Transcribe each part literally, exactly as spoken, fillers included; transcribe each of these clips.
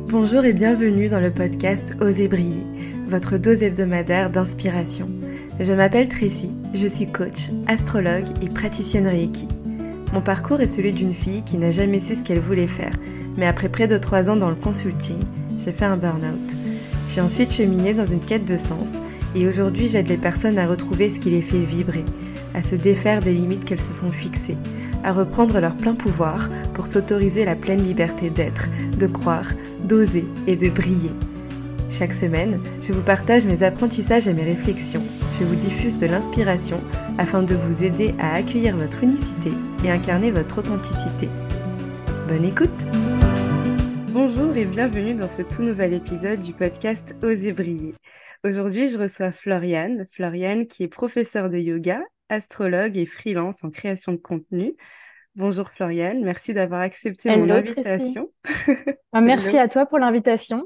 Bonjour et bienvenue dans le podcast Osez briller, votre dose hebdomadaire d'inspiration. Je m'appelle Tracy, je suis coach, astrologue et praticienne Reiki. Mon parcours est celui d'une fille qui n'a jamais su ce qu'elle voulait faire, mais après près de trois ans dans le consulting, j'ai fait un burn-out. J'ai ensuite cheminé dans une quête de sens et aujourd'hui j'aide les personnes à retrouver ce qui les fait vibrer, à se défaire des limites qu'elles se sont fixées, à reprendre leur plein pouvoir pour s'autoriser la pleine liberté d'être, de croire, d'oser et de briller. Chaque semaine, je vous partage mes apprentissages et mes réflexions. Je vous diffuse de l'inspiration afin de vous aider à accueillir votre unicité et incarner votre authenticité. Bonne écoute! Bonjour et bienvenue dans ce tout nouvel épisode du podcast Osez briller. Aujourd'hui, je reçois Floriane, Floriane qui est professeure de yoga, astrologue et freelance en création de contenu. Bonjour Floriane, merci d'avoir accepté mon Hello Tracy. invitation. Ah, merci Hello. à toi pour l'invitation.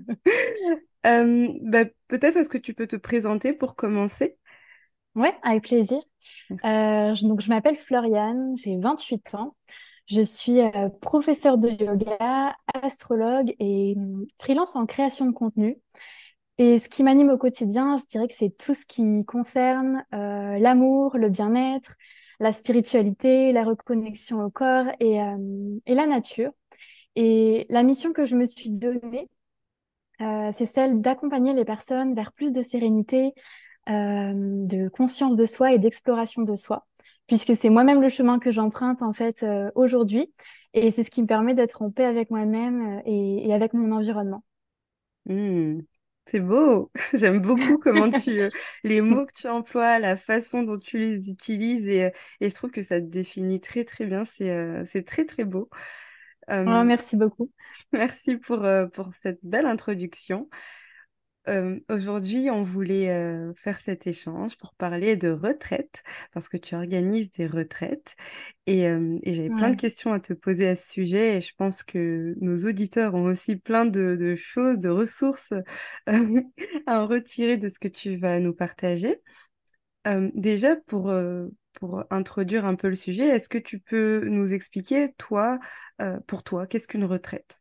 Euh, bah, peut-être est-ce que tu peux te présenter pour commencer? Ouais, avec plaisir. Merci. Euh, je, donc, je m'appelle Floriane, j'ai vingt-huit ans. Je suis euh, professeure de yoga, astrologue et hum, freelance en création de contenu. Et ce qui m'anime au quotidien, je dirais que c'est tout ce qui concerne euh, l'amour, le bien-être, la spiritualité, la reconnexion au corps et, euh, et la nature. Et la mission que je me suis donnée, Euh, c'est celle d'accompagner les personnes vers plus de sérénité, euh, de conscience de soi et d'exploration de soi, puisque c'est moi-même le chemin que j'emprunte en fait euh, aujourd'hui, et c'est ce qui me permet d'être en paix avec moi-même euh, et, et avec mon environnement. Hmm, c'est beau. J'aime beaucoup comment tu, euh, les mots que tu emploies, la façon dont tu les utilises et, euh, et je trouve que ça te définit très très bien. C'est euh, c'est très très beau. Oh, Euh, merci beaucoup. Merci pour, euh, pour cette belle introduction. Euh, aujourd'hui, on voulait euh, faire cet échange pour parler de retraite, parce que tu organises des retraites. Et, euh, et j'avais plein de Ouais. questions à te poser à ce sujet. Et je pense que nos auditeurs ont aussi plein de, de choses, de ressources euh, à en retirer de ce que tu vas nous partager. Euh, déjà, pour, euh, pour introduire un peu le sujet, est-ce que tu peux nous expliquer, toi, euh, pour toi, qu'est-ce qu'une retraite?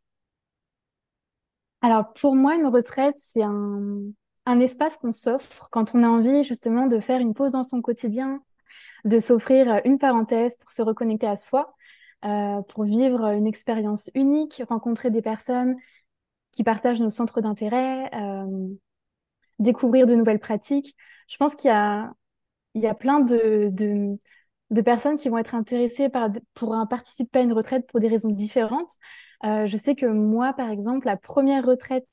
Alors pour moi, une retraite, c'est un, un espace qu'on s'offre quand on a envie justement de faire une pause dans son quotidien, de s'offrir une parenthèse pour se reconnecter à soi, euh, pour vivre une expérience unique, rencontrer des personnes qui partagent nos centres d'intérêt, euh, découvrir de nouvelles pratiques. Je pense qu'il y a, il y a plein de, de, de personnes qui vont être intéressées par, pour un- participer à une retraite pour des raisons différentes. Euh, je sais que moi, par exemple, la première retraite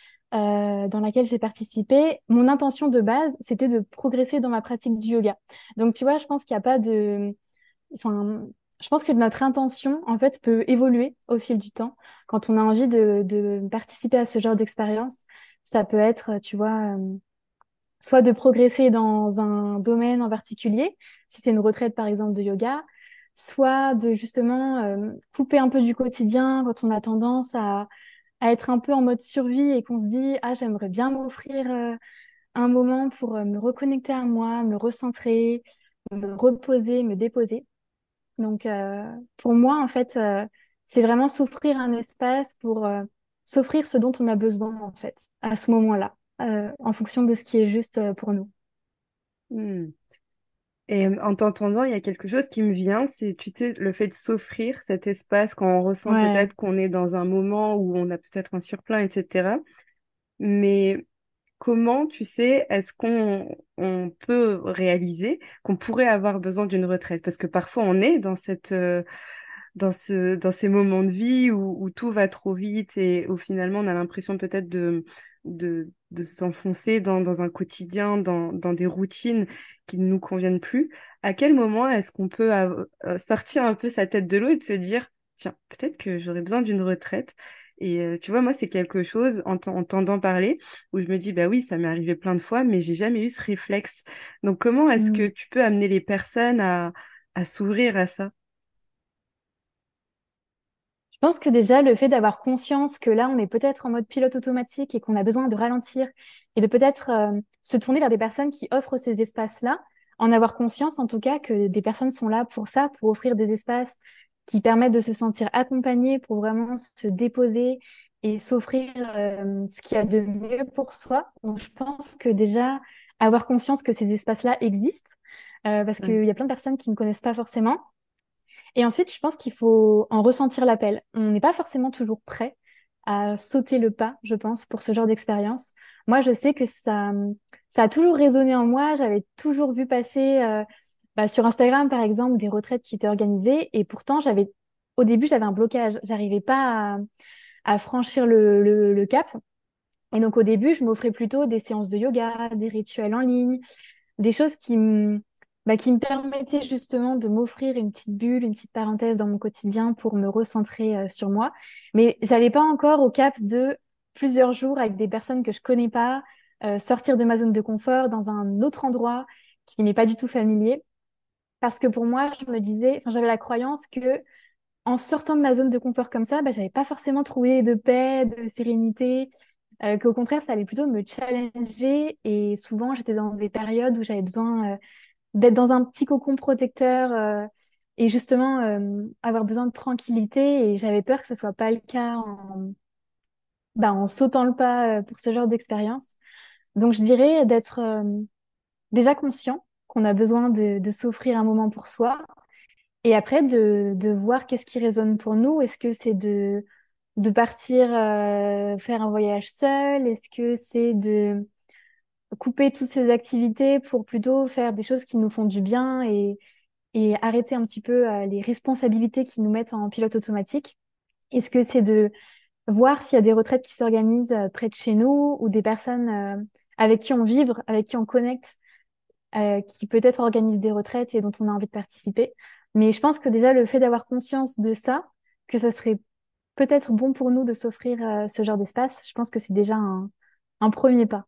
euh, dans laquelle j'ai participé, mon intention de base, c'était de progresser dans ma pratique du yoga. Donc, tu vois, je pense qu'il n'y a pas de... Enfin, je pense que notre intention, en fait, peut évoluer au fil du temps. Quand on a envie de, de participer à ce genre d'expérience, ça peut être, tu vois, euh, soit de progresser dans un domaine en particulier, si c'est une retraite, par exemple, de yoga, soit de justement euh, couper un peu du quotidien quand on a tendance à, à être un peu en mode survie et qu'on se dit, ah, j'aimerais bien m'offrir euh, un moment pour euh, me reconnecter à moi, me recentrer, me reposer, me déposer. Donc, euh, pour moi, en fait, euh, c'est vraiment s'offrir un espace pour euh, s'offrir ce dont on a besoin, en fait, à ce moment-là, euh, en fonction de ce qui est juste euh, pour nous. Hmm. Et euh, en t'entendant, il y a quelque chose qui me vient, c'est, tu sais, le fait de s'offrir cet espace quand on ressent Ouais. peut-être qu'on est dans un moment où on a peut-être un surplein, et cetera. Mais comment, tu sais, est-ce qu'on on peut réaliser qu'on pourrait avoir besoin d'une retraite? Parce que parfois on est dans cette, euh, dans ce, dans ces moments de vie où, où tout va trop vite et où finalement on a l'impression peut-être de, de, de s'enfoncer dans, dans un quotidien, dans, dans des routines qui ne nous conviennent plus. À quel moment est-ce qu'on peut av- euh, sortir un peu sa tête de l'eau et de se dire, tiens, peut-être que j'aurais besoin d'une retraite. Et euh, tu vois, moi, c'est quelque chose, en t'en- en t'entendant parler, où je me dis, bah oui, ça m'est arrivé plein de fois, mais j'ai jamais eu ce réflexe. Donc, comment est-ce que Mm. tu peux amener les personnes à, à s'ouvrir à ça? Je pense que déjà, le fait d'avoir conscience que là, on est peut-être en mode pilote automatique et qu'on a besoin de ralentir et de peut-être euh, se tourner vers des personnes qui offrent ces espaces-là, en avoir conscience en tout cas que des personnes sont là pour ça, pour offrir des espaces qui permettent de se sentir accompagné pour vraiment se déposer et s'offrir euh, ce qu'il y a de mieux pour soi. Donc, je pense que déjà, avoir conscience que ces espaces-là existent, euh, parce Ouais. qu'il y a plein de personnes qui ne connaissent pas forcément. Et ensuite, je pense qu'il faut en ressentir l'appel. On n'est pas forcément toujours prêt à sauter le pas, je pense, pour ce genre d'expérience. Moi, je sais que ça, ça a toujours résonné en moi. J'avais toujours vu passer euh, bah, sur Instagram, par exemple, des retraites qui étaient organisées. Et pourtant, j'avais, au début, j'avais un blocage. J'arrivais pas à, à franchir le, le, le cap. Et donc, au début, je m'offrais plutôt des séances de yoga, des rituels en ligne, des choses qui me, bah, qui me permettaient justement de m'offrir une petite bulle, une petite parenthèse dans mon quotidien pour me recentrer euh, sur moi. Mais j'allais pas encore au cap de plusieurs jours avec des personnes que je connais pas, euh, sortir de ma zone de confort dans un autre endroit qui m'est pas du tout familier. Parce que pour moi, je me disais, enfin, j'avais la croyance que en sortant de ma zone de confort comme ça, bah, j'avais pas forcément trouvé de paix, de sérénité, euh, qu'au contraire, ça allait plutôt me challenger. Et souvent, j'étais dans des périodes où j'avais besoin euh, d'être dans un petit cocon protecteur euh, et justement euh, avoir besoin de tranquillité. Et j'avais peur que ce soit pas le cas en, bah, en sautant le pas euh, pour ce genre d'expérience. Donc, je dirais d'être euh, déjà conscient qu'on a besoin de, de s'offrir un moment pour soi et après de, de voir qu'est-ce qui résonne pour nous. Est-ce que c'est de, de partir euh, faire un voyage seul? Est-ce que c'est de couper toutes ces activités pour plutôt faire des choses qui nous font du bien et, et arrêter un petit peu euh, les responsabilités qui nous mettent en pilote automatique? Est-ce que c'est de voir s'il y a des retraites qui s'organisent euh, près de chez nous ou des personnes euh, avec qui on vibre, avec qui on connecte, euh, qui peut-être organisent des retraites et dont on a envie de participer. Mais je pense que déjà le fait d'avoir conscience de ça, que ça serait peut-être bon pour nous de s'offrir euh, ce genre d'espace, je pense que c'est déjà un, un premier pas.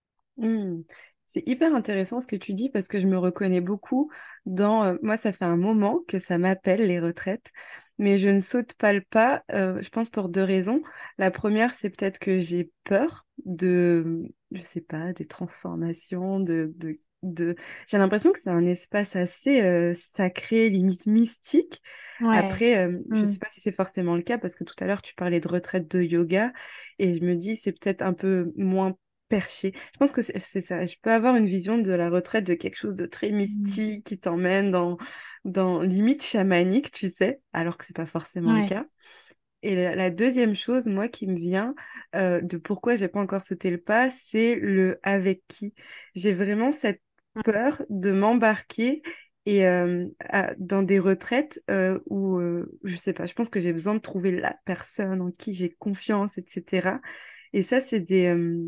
Hmm. C'est hyper intéressant ce que tu dis parce que je me reconnais beaucoup dans... euh, moi, ça fait un moment que ça m'appelle les retraites, mais je ne saute pas le pas, euh, je pense pour deux raisons. La première, c'est peut-être que j'ai peur de, je sais pas, des transformations, de, de, de... J'ai l'impression que c'est un espace assez euh, sacré, limite mystique. Ouais. Après, euh, je Mm. sais pas si c'est forcément le cas parce que tout à l'heure, tu parlais de retraite de yoga et je me dis c'est peut-être un peu moins perché. Je pense que c'est c'est ça. Je peux avoir une vision de la retraite de quelque chose de très Mm. mystique qui t'emmène dans, dans limite chamanique, tu sais, alors que c'est pas forcément le Ouais. cas. Et la, la deuxième chose, moi, qui me vient euh, de pourquoi j'ai pas encore sauté le pas, c'est le avec qui. J'ai vraiment cette peur de m'embarquer et euh, à- dans des retraites euh, où euh, je sais pas. Je pense que j'ai besoin de trouver la personne en qui j'ai confiance, et cetera. Et ça, c'est des, euh,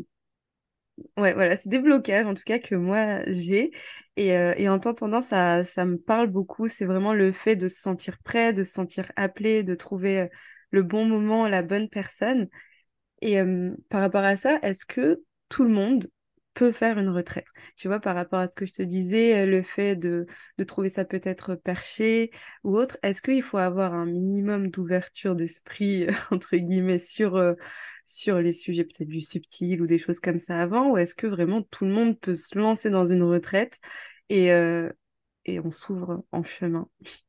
ouais, voilà, c'est des blocages en tout cas que moi j'ai. Et, euh, et en t'entendant, ça, ça me parle beaucoup. C'est vraiment le fait de se sentir prêt, de se sentir appelé, de trouver euh, le bon moment, la bonne personne. Et euh, par rapport à ça, est-ce que tout le monde peut faire une retraite? Tu vois, par rapport à ce que je te disais, euh, le fait de, de trouver ça peut-être perché ou autre, est-ce qu'il faut avoir un minimum d'ouverture d'esprit, entre guillemets, sur, euh, sur les sujets peut-être du subtil ou des choses comme ça avant, ou est-ce que vraiment tout le monde peut se lancer dans une retraite et, euh, et on s'ouvre en chemin?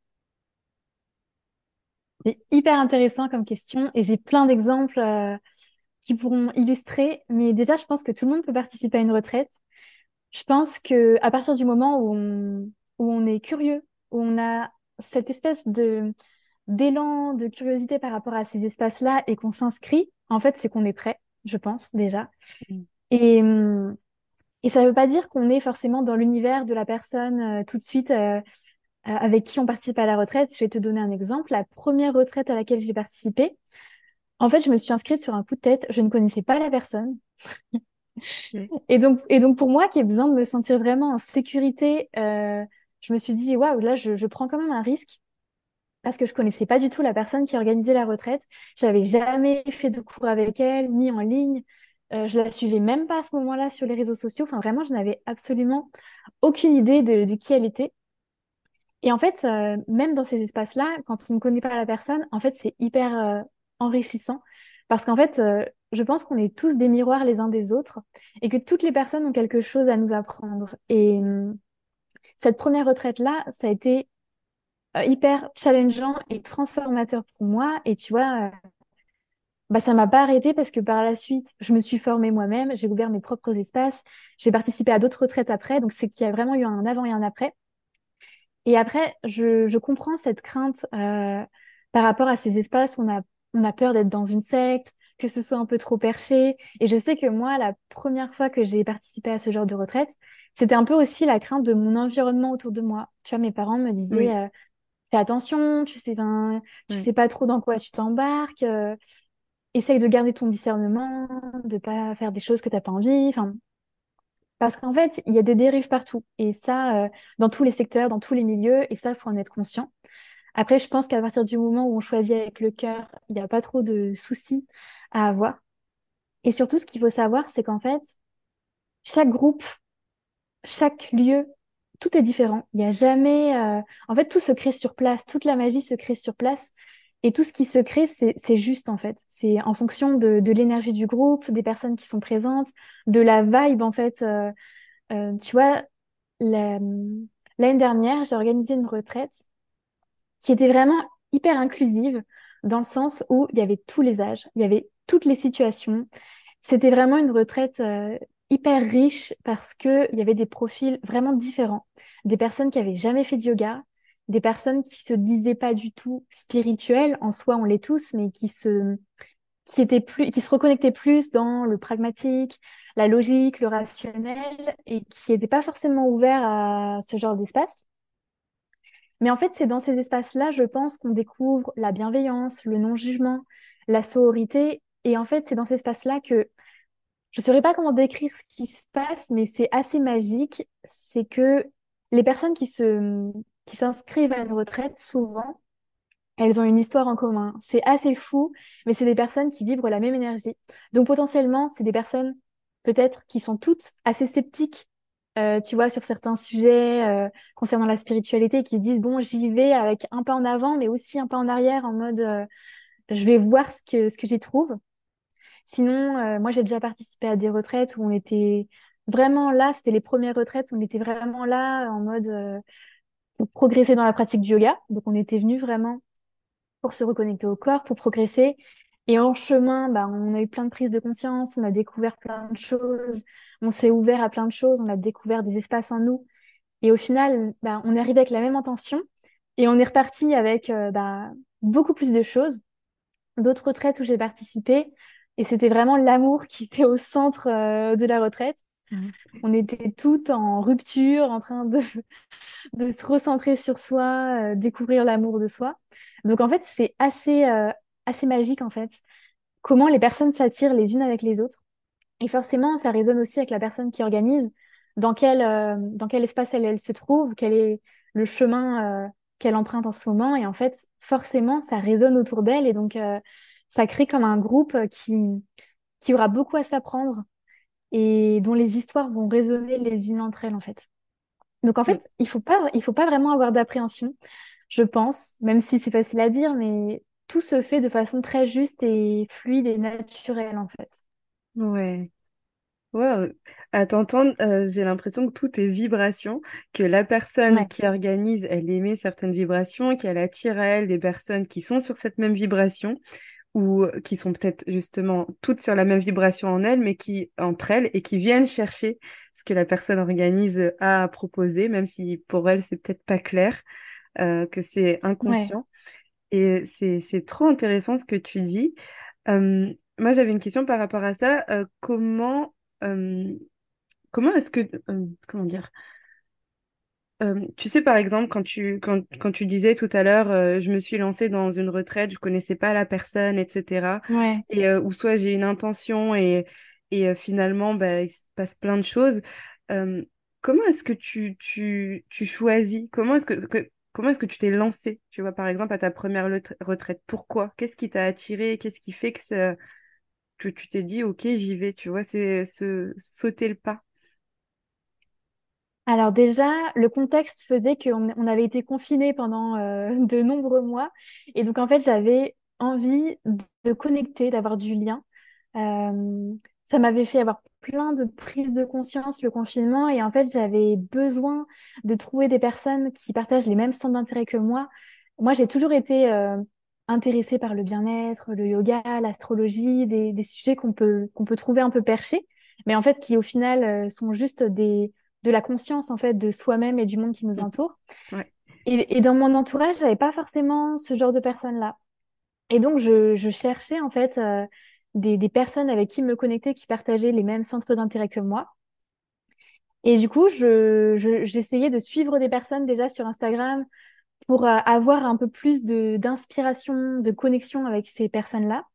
C'est hyper intéressant comme question et j'ai plein d'exemples euh, qui pourront illustrer. Mais déjà, je pense que tout le monde peut participer à une retraite. Je pense que à partir du moment où on, où on est curieux, où on a cette espèce de d'élan, de curiosité par rapport à ces espaces-là et qu'on s'inscrit, en fait, c'est qu'on est prêt, je pense déjà. Mm. Et, hum, et ça ne veut pas dire qu'on est forcément dans l'univers de la personne euh, tout de suite euh, euh, avec qui on participe à la retraite. Je vais te donner un exemple. La première retraite à laquelle j'ai participé, en fait, je me suis inscrite sur un coup de tête. Je ne connaissais pas la personne. Ok. Et donc, et donc pour moi, qui ai besoin de me sentir vraiment en sécurité, euh, je me suis dit, waouh, là, je, je prends quand même un risque parce que je connaissais pas du tout la personne qui organisait la retraite. J'avais jamais fait de cours avec elle, ni en ligne. Euh, je la suivais même pas à ce moment-là sur les réseaux sociaux. Enfin, vraiment, je n'avais absolument aucune idée de, de qui elle était. Et en fait, euh, même dans ces espaces-là, quand on ne connaît pas la personne, en fait, c'est hyper euh, enrichissant parce qu'en fait, euh, je pense qu'on est tous des miroirs les uns des autres et que toutes les personnes ont quelque chose à nous apprendre. Et hum, cette première retraite-là, ça a été euh, hyper challengeant et transformateur pour moi. Et tu vois, euh, bah, ça m'a pas arrêté parce que par la suite, je me suis formée moi-même, j'ai ouvert mes propres espaces, j'ai participé à d'autres retraites après. Donc, c'est qu'il y a vraiment eu un avant et un après. Et après, je, je comprends cette crainte euh, par rapport à ces espaces où on a, on a peur d'être dans une secte, que ce soit un peu trop perché. Et je sais que moi, la première fois que j'ai participé à ce genre de retraite, c'était un peu aussi la crainte de mon environnement autour de moi. Tu vois, mes parents me disaient, Oui, euh, fais attention, tu sais, ben, tu oui, sais pas trop dans quoi tu t'embarques, euh, essaye de garder ton discernement, de pas faire des choses que t'as pas envie. Enfin, parce qu'en fait, il y a des dérives partout. Et ça, euh, dans tous les secteurs, dans tous les milieux, et ça, faut en être conscient. Après, je pense qu'à partir du moment où on choisit avec le cœur, il n'y a pas trop de soucis à avoir. Et surtout, ce qu'il faut savoir, c'est qu'en fait, chaque groupe, chaque lieu, tout est différent. Il n'y a jamais... euh, En fait, tout se crée sur place. Toute la magie se crée sur place. Et tout ce qui se crée, c'est, c'est juste, en fait. C'est en fonction de, de l'énergie du groupe, des personnes qui sont présentes, de la vibe, en fait. Euh, euh, tu vois, la- l'année dernière, j'ai organisé une retraite qui était vraiment hyper inclusive dans le sens où il y avait tous les âges, il y avait toutes les situations. C'était vraiment une retraite euh, hyper riche parce que il y avait des profils vraiment différents. Des personnes qui avaient jamais fait de yoga, des personnes qui se disaient pas du tout spirituelles, en soi on l'est tous, mais qui se qui étaient plus, qui se reconnectaient plus dans le pragmatique, la logique, le rationnel, et qui n'étaient pas forcément ouverts à ce genre d'espace. Mais en fait, c'est dans ces espaces-là, je pense, qu'on découvre la bienveillance, le non-jugement, la sororité. Et en fait, c'est dans ces espaces-là que je ne saurais pas comment décrire ce qui se passe, mais c'est assez magique. C'est que les personnes qui se, qui s'inscrivent à une retraite, souvent, elles ont une histoire en commun. C'est assez fou, mais c'est des personnes qui vibrent la même énergie. Donc potentiellement, c'est des personnes peut-être qui sont toutes assez sceptiques, euh, tu vois, sur certains sujets euh, concernant la spiritualité, qui se disent, bon, j'y vais avec un pas en avant, mais aussi un pas en arrière, en mode, euh, je vais voir ce que, ce que j'y trouve. Sinon, euh, moi, j'ai déjà participé à des retraites où on était vraiment là, c'était les premières retraites, on était vraiment là en mode euh, pour progresser dans la pratique du yoga. Donc, on était venu vraiment pour se reconnecter au corps, pour progresser. Et en chemin, bah, on a eu plein de prises de conscience, on a découvert plein de choses, on s'est ouvert à plein de choses, on a découvert des espaces en nous. Et au final, bah, on est arrivé avec la même intention et on est reparti avec euh, bah, beaucoup plus de choses. D'autres retraites où j'ai participé et c'était vraiment l'amour qui était au centre euh, de la retraite. mhm. On était toutes en rupture, en train de, de se recentrer sur soi, euh, découvrir l'amour de soi. Donc en fait, c'est assez, euh, assez magique en fait. Comment les personnes s'attirent les unes avec les autres. Et forcément, ça résonne aussi avec la personne qui organise, dans quel, euh, dans quel espace elle, elle se trouve, quel est le chemin, euh, qu'elle emprunte en ce moment. Et en fait, forcément, ça résonne autour d'elle. Et donc, euh, ça crée comme un groupe qui, qui aura beaucoup à s'apprendre et dont les histoires vont résonner les unes entre elles, en fait. Donc en Oui. fait, il faut pas, il faut pas vraiment avoir d'appréhension, je pense, même si c'est facile à dire, mais tout se fait de façon très juste et fluide et naturelle en fait. Ouais. Wow. À t'entendre, euh, j'ai l'impression que tout est vibration, que la personne Ouais, qui organise, elle émet certaines vibrations, qu'elle attire à elle des personnes qui sont sur cette même vibration ou qui sont peut-être justement toutes sur la même vibration en elles, mais qui entre elles et qui viennent chercher ce que la personne organise a à proposer, même si pour elle c'est peut-être pas clair, euh, que c'est ouais. inconscient. Et c'est c'est trop intéressant ce que tu dis. Euh, Moi j'avais une question par rapport à ça. Euh, comment euh, comment est-ce que euh, comment dire? Euh, tu sais, par exemple, quand tu, quand, quand tu disais tout à l'heure, euh, je me suis lancée dans une retraite, je connaissais pas la personne, et cetera. Ouais. Et, euh, ou soit j'ai une intention et, et euh, finalement, bah, il se passe plein de choses. Euh, Comment est-ce que tu, tu, tu choisis? Comment est-ce que, que- comment est-ce que tu t'es lancée, tu vois, par exemple, à ta première letra- retraite? Pourquoi? Qu'est-ce qui t'a attiré? Qu'est-ce qui fait que ça- tu tu t'es dit, OK, j'y vais, tu vois, c'est se sauter le pas. Alors déjà, le contexte faisait qu'on on avait été confinés pendant euh, de nombreux mois. Et donc, en fait, j'avais envie de connecter, d'avoir du lien. Euh, Ça m'avait fait avoir plein de prises de conscience le confinement et en fait, j'avais besoin de trouver des personnes qui partagent les mêmes centres d'intérêt que moi. Moi, j'ai toujours été euh, intéressée par le bien-être, le yoga, l'astrologie, des, des sujets qu'on peut, qu'on peut trouver un peu perchés, mais en fait, qui au final euh, sont juste des, de la conscience en fait de soi-même et du monde qui nous Mm. entoure. Ouais. Et, et dans mon entourage, j'avais pas forcément ce genre de personnes-là. Et donc, je, je cherchais en fait euh, des, des personnes avec qui me connecter, qui partageaient les mêmes centres d'intérêt que moi. Et du coup, je, je- j'essayais de suivre des personnes déjà sur Instagram pour euh, avoir un peu plus de, d'inspiration, de connexion avec ces personnes-là.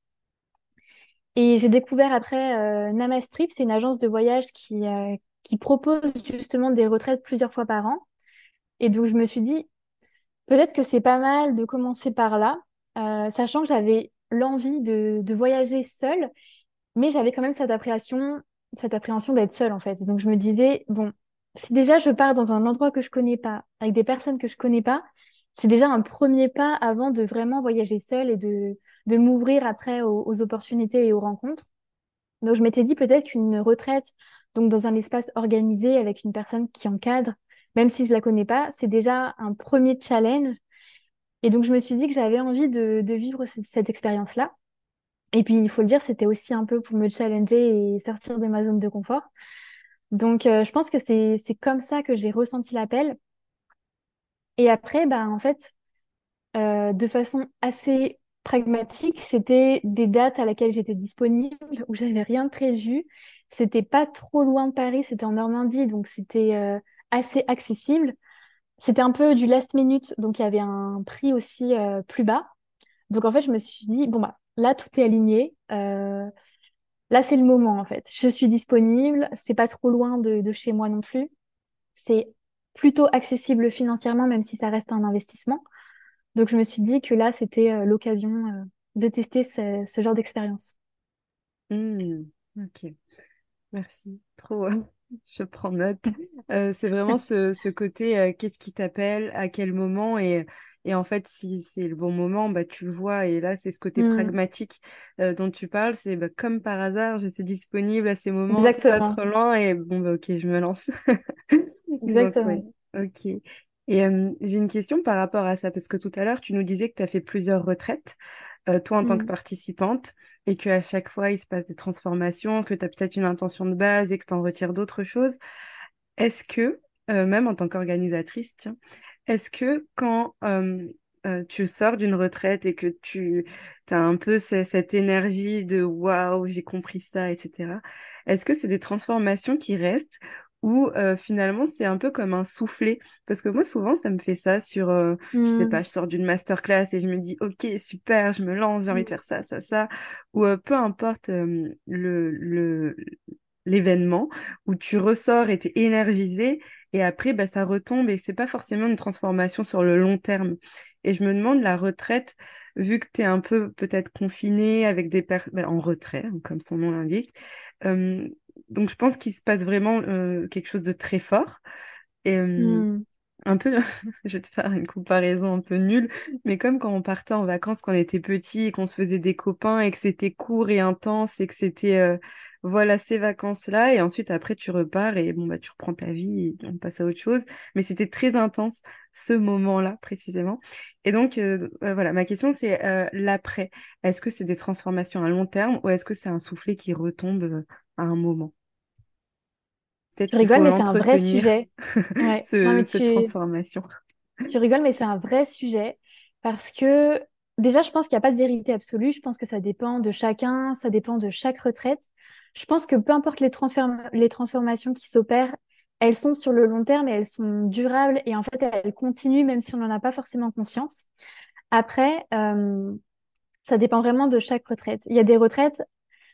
Et j'ai découvert après euh, Namastrip, c'est une agence de voyage qui, euh, qui propose justement des retraites plusieurs fois par an. Et donc, je me suis dit, peut-être que c'est pas mal de commencer par là, euh, sachant que j'avais l'envie de, de voyager seule, mais j'avais quand même cette appréhension, cette appréhension d'être seule en fait. Et donc je me disais, bon, si déjà je pars dans un endroit que je connais pas, avec des personnes que je connais pas, c'est déjà un premier pas avant de vraiment voyager seule et de, de m'ouvrir après aux, aux opportunités et aux rencontres. Donc je m'étais dit peut-être qu'une retraite, donc dans un espace organisé avec une personne qui encadre, même si je la connais pas, c'est déjà un premier challenge. Et donc je me suis dit que j'avais envie de, de vivre cette, cette expérience-là. Et puis, il faut le dire, c'était aussi un peu pour me challenger et sortir de ma zone de confort. Donc, euh, je pense que c'est, c'est comme ça que j'ai ressenti l'appel. Et après, bah, en fait, euh, de façon assez pragmatique, c'était des dates à laquelle j'étais disponible, où j'avais rien de prévu. C'était pas trop loin de Paris, c'était en Normandie, donc c'était euh, assez accessible. C'était un peu du last minute, donc il y avait un prix aussi euh, plus bas. Donc, en fait, je me suis dit, bon, bah, là, tout est aligné. Euh, Là, c'est le moment en fait. Je suis disponible, c'est pas trop loin de, de chez moi non plus. C'est plutôt accessible financièrement, même si ça reste un investissement. Donc, je me suis dit que là, c'était euh, l'occasion euh, de tester ce, ce genre d'expérience. Hmm. Ok. Merci. Trop. Je prends note. Euh, c'est vraiment ce, ce côté, euh, qu'est-ce qui t'appelle, à quel moment, et, et en fait, si c'est le bon moment, bah, tu le vois. Et là, c'est ce côté Hmm, pragmatique euh, dont tu parles. C'est bah, comme par hasard, je suis disponible à ces moments, c'est pas exactement, trop loin, et bon, bah, ok, je me lance. Donc, ouais, exactement. ok. Et euh, j'ai une question par rapport à ça, parce que tout à l'heure, tu nous disais que tu as fait plusieurs retraites, euh, toi en tant que Hmm, participante, et qu'à chaque fois, il se passe des transformations, que tu as peut-être une intention de base et que tu en retires d'autres choses. Est-ce que, euh, même en tant qu'organisatrice, tiens, est-ce que quand euh, euh, tu sors d'une retraite et que tu as un peu ce- cette énergie de waouh, j'ai compris ça, et cetera, est-ce que c'est des transformations qui restent ou euh, finalement c'est un peu comme un soufflet? Parce que moi, souvent, ça me fait ça sur, euh, je sais pas, hmm, je sors d'une masterclass et je me dis, ok, super, je me lance, j'ai envie de hmm, faire ça, ça, ça, ou euh, peu importe euh, le, le, l'événement où tu ressors et t'es énergisé et après bah, ça retombe et c'est pas forcément une transformation sur le long terme. Et je me demande la retraite, vu que tu es un peu peut-être confiné avec des personnes en retrait, hein, comme son nom l'indique. euh, donc je pense qu'il se passe vraiment euh, quelque chose de très fort. Et, euh, hmm. un peu, je vais te faire une comparaison un peu nulle, mais comme quand on partait en vacances quand on était petit et qu'on se faisait des copains et que c'était court et intense et que c'était, euh, voilà, ces vacances-là, et ensuite après tu repars et bon, bah, tu reprends ta vie et on passe à autre chose, mais c'était très intense ce moment-là précisément. Et donc, euh, euh, voilà, ma question c'est euh, l'après. Est-ce que c'est des transformations à long terme ou est-ce que c'est un soufflet qui retombe euh, à un moment? Peut-être Tu qu'il rigoles, faut mais c'est un vrai l'entretenir, sujet. Ouais. Non, ce, mais cette tu, transformation. Tu rigoles, mais c'est un vrai sujet parce que déjà, je pense qu'il n'y a pas de vérité absolue. Je pense que ça dépend de chacun, ça dépend de chaque retraite. Je pense que peu importe les transform- les transformations qui s'opèrent, elles sont sur le long terme et elles sont durables et en fait, elles continuent même si on n'en a pas forcément conscience. Après, euh, ça dépend vraiment de chaque retraite. Il y a des retraites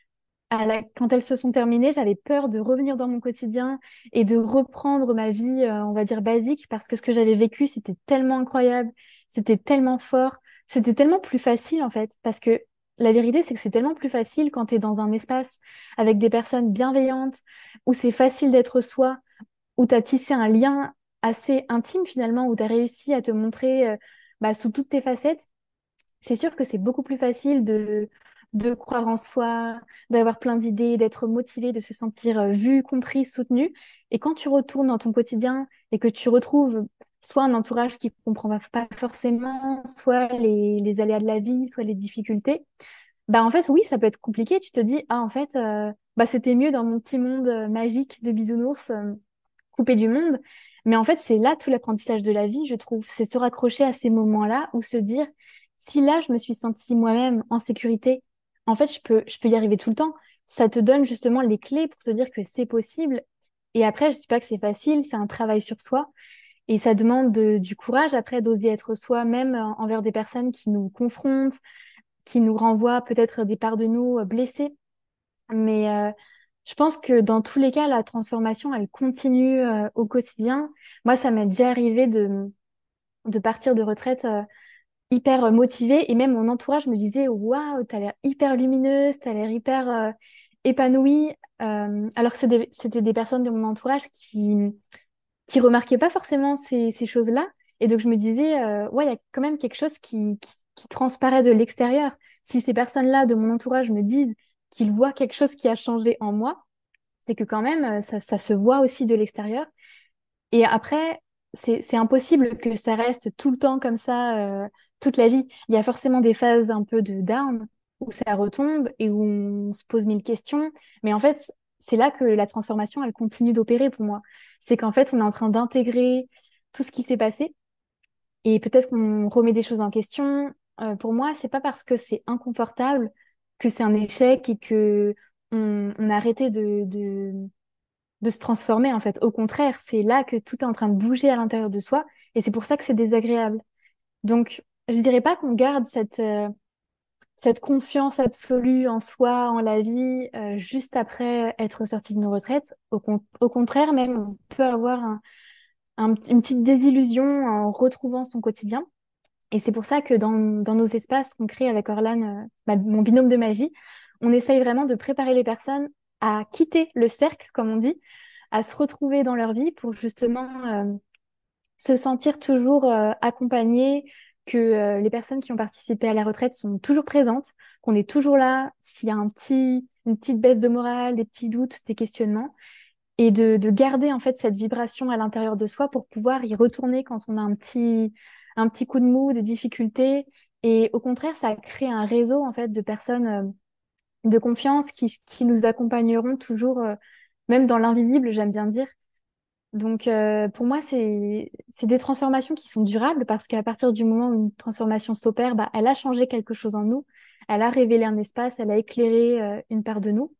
à la- quand elles se sont terminées, j'avais peur de revenir dans mon quotidien et de reprendre ma vie, euh, on va dire, basique, parce que ce que j'avais vécu, c'était tellement incroyable, c'était tellement fort, c'était tellement plus facile, en fait, parce que la vérité, c'est que c'est tellement plus facile quand tu es dans un espace avec des personnes bienveillantes, où c'est facile d'être soi, où tu as tissé un lien assez intime, finalement, où tu as réussi à te montrer, euh, bah, sous toutes tes facettes. C'est sûr que c'est beaucoup plus facile de, de croire en soi, d'avoir plein d'idées, d'être motivé, de se sentir euh, vu, compris, soutenu. Et quand tu retournes dans ton quotidien et que tu retrouves soit un entourage qui comprend pas forcément, soit les, les aléas de la vie, soit les difficultés, bah en fait, oui, ça peut être compliqué. Tu te dis, ah, en fait, euh, bah, c'était mieux dans mon petit monde euh, magique de bisounours, euh, coupé du monde. Mais en fait, c'est là tout l'apprentissage de la vie, je trouve. C'est se raccrocher à ces moments-là ou se dire, si là, je me suis sentie moi-même en sécurité, en fait, je peux, je peux y arriver tout le temps. Ça te donne justement les clés pour se dire que c'est possible. Et après, je dis pas que c'est facile, c'est un travail sur soi. Et ça demande de- du courage après d'oser être soi-même euh, envers des personnes qui nous confrontent, qui nous renvoient peut-être des parts de nous euh, blessées. Mais euh, je pense que dans tous les cas, la transformation, elle continue euh, au quotidien. Moi, ça m'est déjà arrivé de, de partir de retraite euh, hyper euh, motivée et même mon entourage me disait, waouh, t'as l'air hyper lumineuse, t'as l'air hyper euh, épanouie. Euh, alors que c'est des- c'était des personnes de mon entourage qui qui remarquaient pas forcément ces, ces choses-là. Et donc je me disais, euh, ouais, il y a quand même quelque chose qui, qui, qui transparaît de l'extérieur. Si ces personnes-là de mon entourage me disent qu'ils voient quelque chose qui a changé en moi, c'est que quand même, euh, ça, ça se voit aussi de l'extérieur. Et après, c'est, c'est impossible que ça reste tout le temps comme ça, euh, toute la vie. Il y a forcément des phases un peu de down où ça retombe et où on se pose mille questions. Mais en fait, c'est là que la transformation, elle continue d'opérer pour moi. C'est qu'en fait, on est en train d'intégrer tout ce qui s'est passé et peut-être qu'on remet des choses en question. Euh, pour moi, c'est pas parce que c'est inconfortable que c'est un échec et que on, on a arrêté de, de de se transformer en fait. Au contraire, c'est là que tout est en train de bouger à l'intérieur de soi et c'est pour ça que c'est désagréable. Donc, je dirais pas qu'on garde cette, euh, cette confiance absolue en soi, en la vie, euh, juste après être sorti de nos retraites. Au, con- au contraire, même, on peut avoir un, un petit- une petite désillusion en retrouvant son quotidien. Et c'est pour ça que dans, dans nos espaces qu'on crée avec Orlan, euh, bah, mon binôme de magie, on essaye vraiment de préparer les personnes à quitter le cercle, comme on dit, à se retrouver dans leur vie pour justement euh, se sentir toujours euh, accompagnées, que euh, les personnes qui ont participé à la retraite sont toujours présentes, qu'on est toujours là s'il y a un petit, une petite baisse de morale, des petits doutes, des questionnements, et de, de garder en fait cette vibration à l'intérieur de soi pour pouvoir y retourner quand on a un petit, un petit coup de mou, des difficultés. Et au contraire, ça crée un réseau en fait de personnes euh, de confiance qui, qui nous accompagneront toujours, euh, même dans l'invisible, j'aime bien dire. Donc, euh, pour moi, c'est, c'est des transformations qui sont durables parce qu'à partir du moment où une transformation s'opère, bah, elle a changé quelque chose en nous, elle a révélé un espace, elle a éclairé, euh, une part de nous.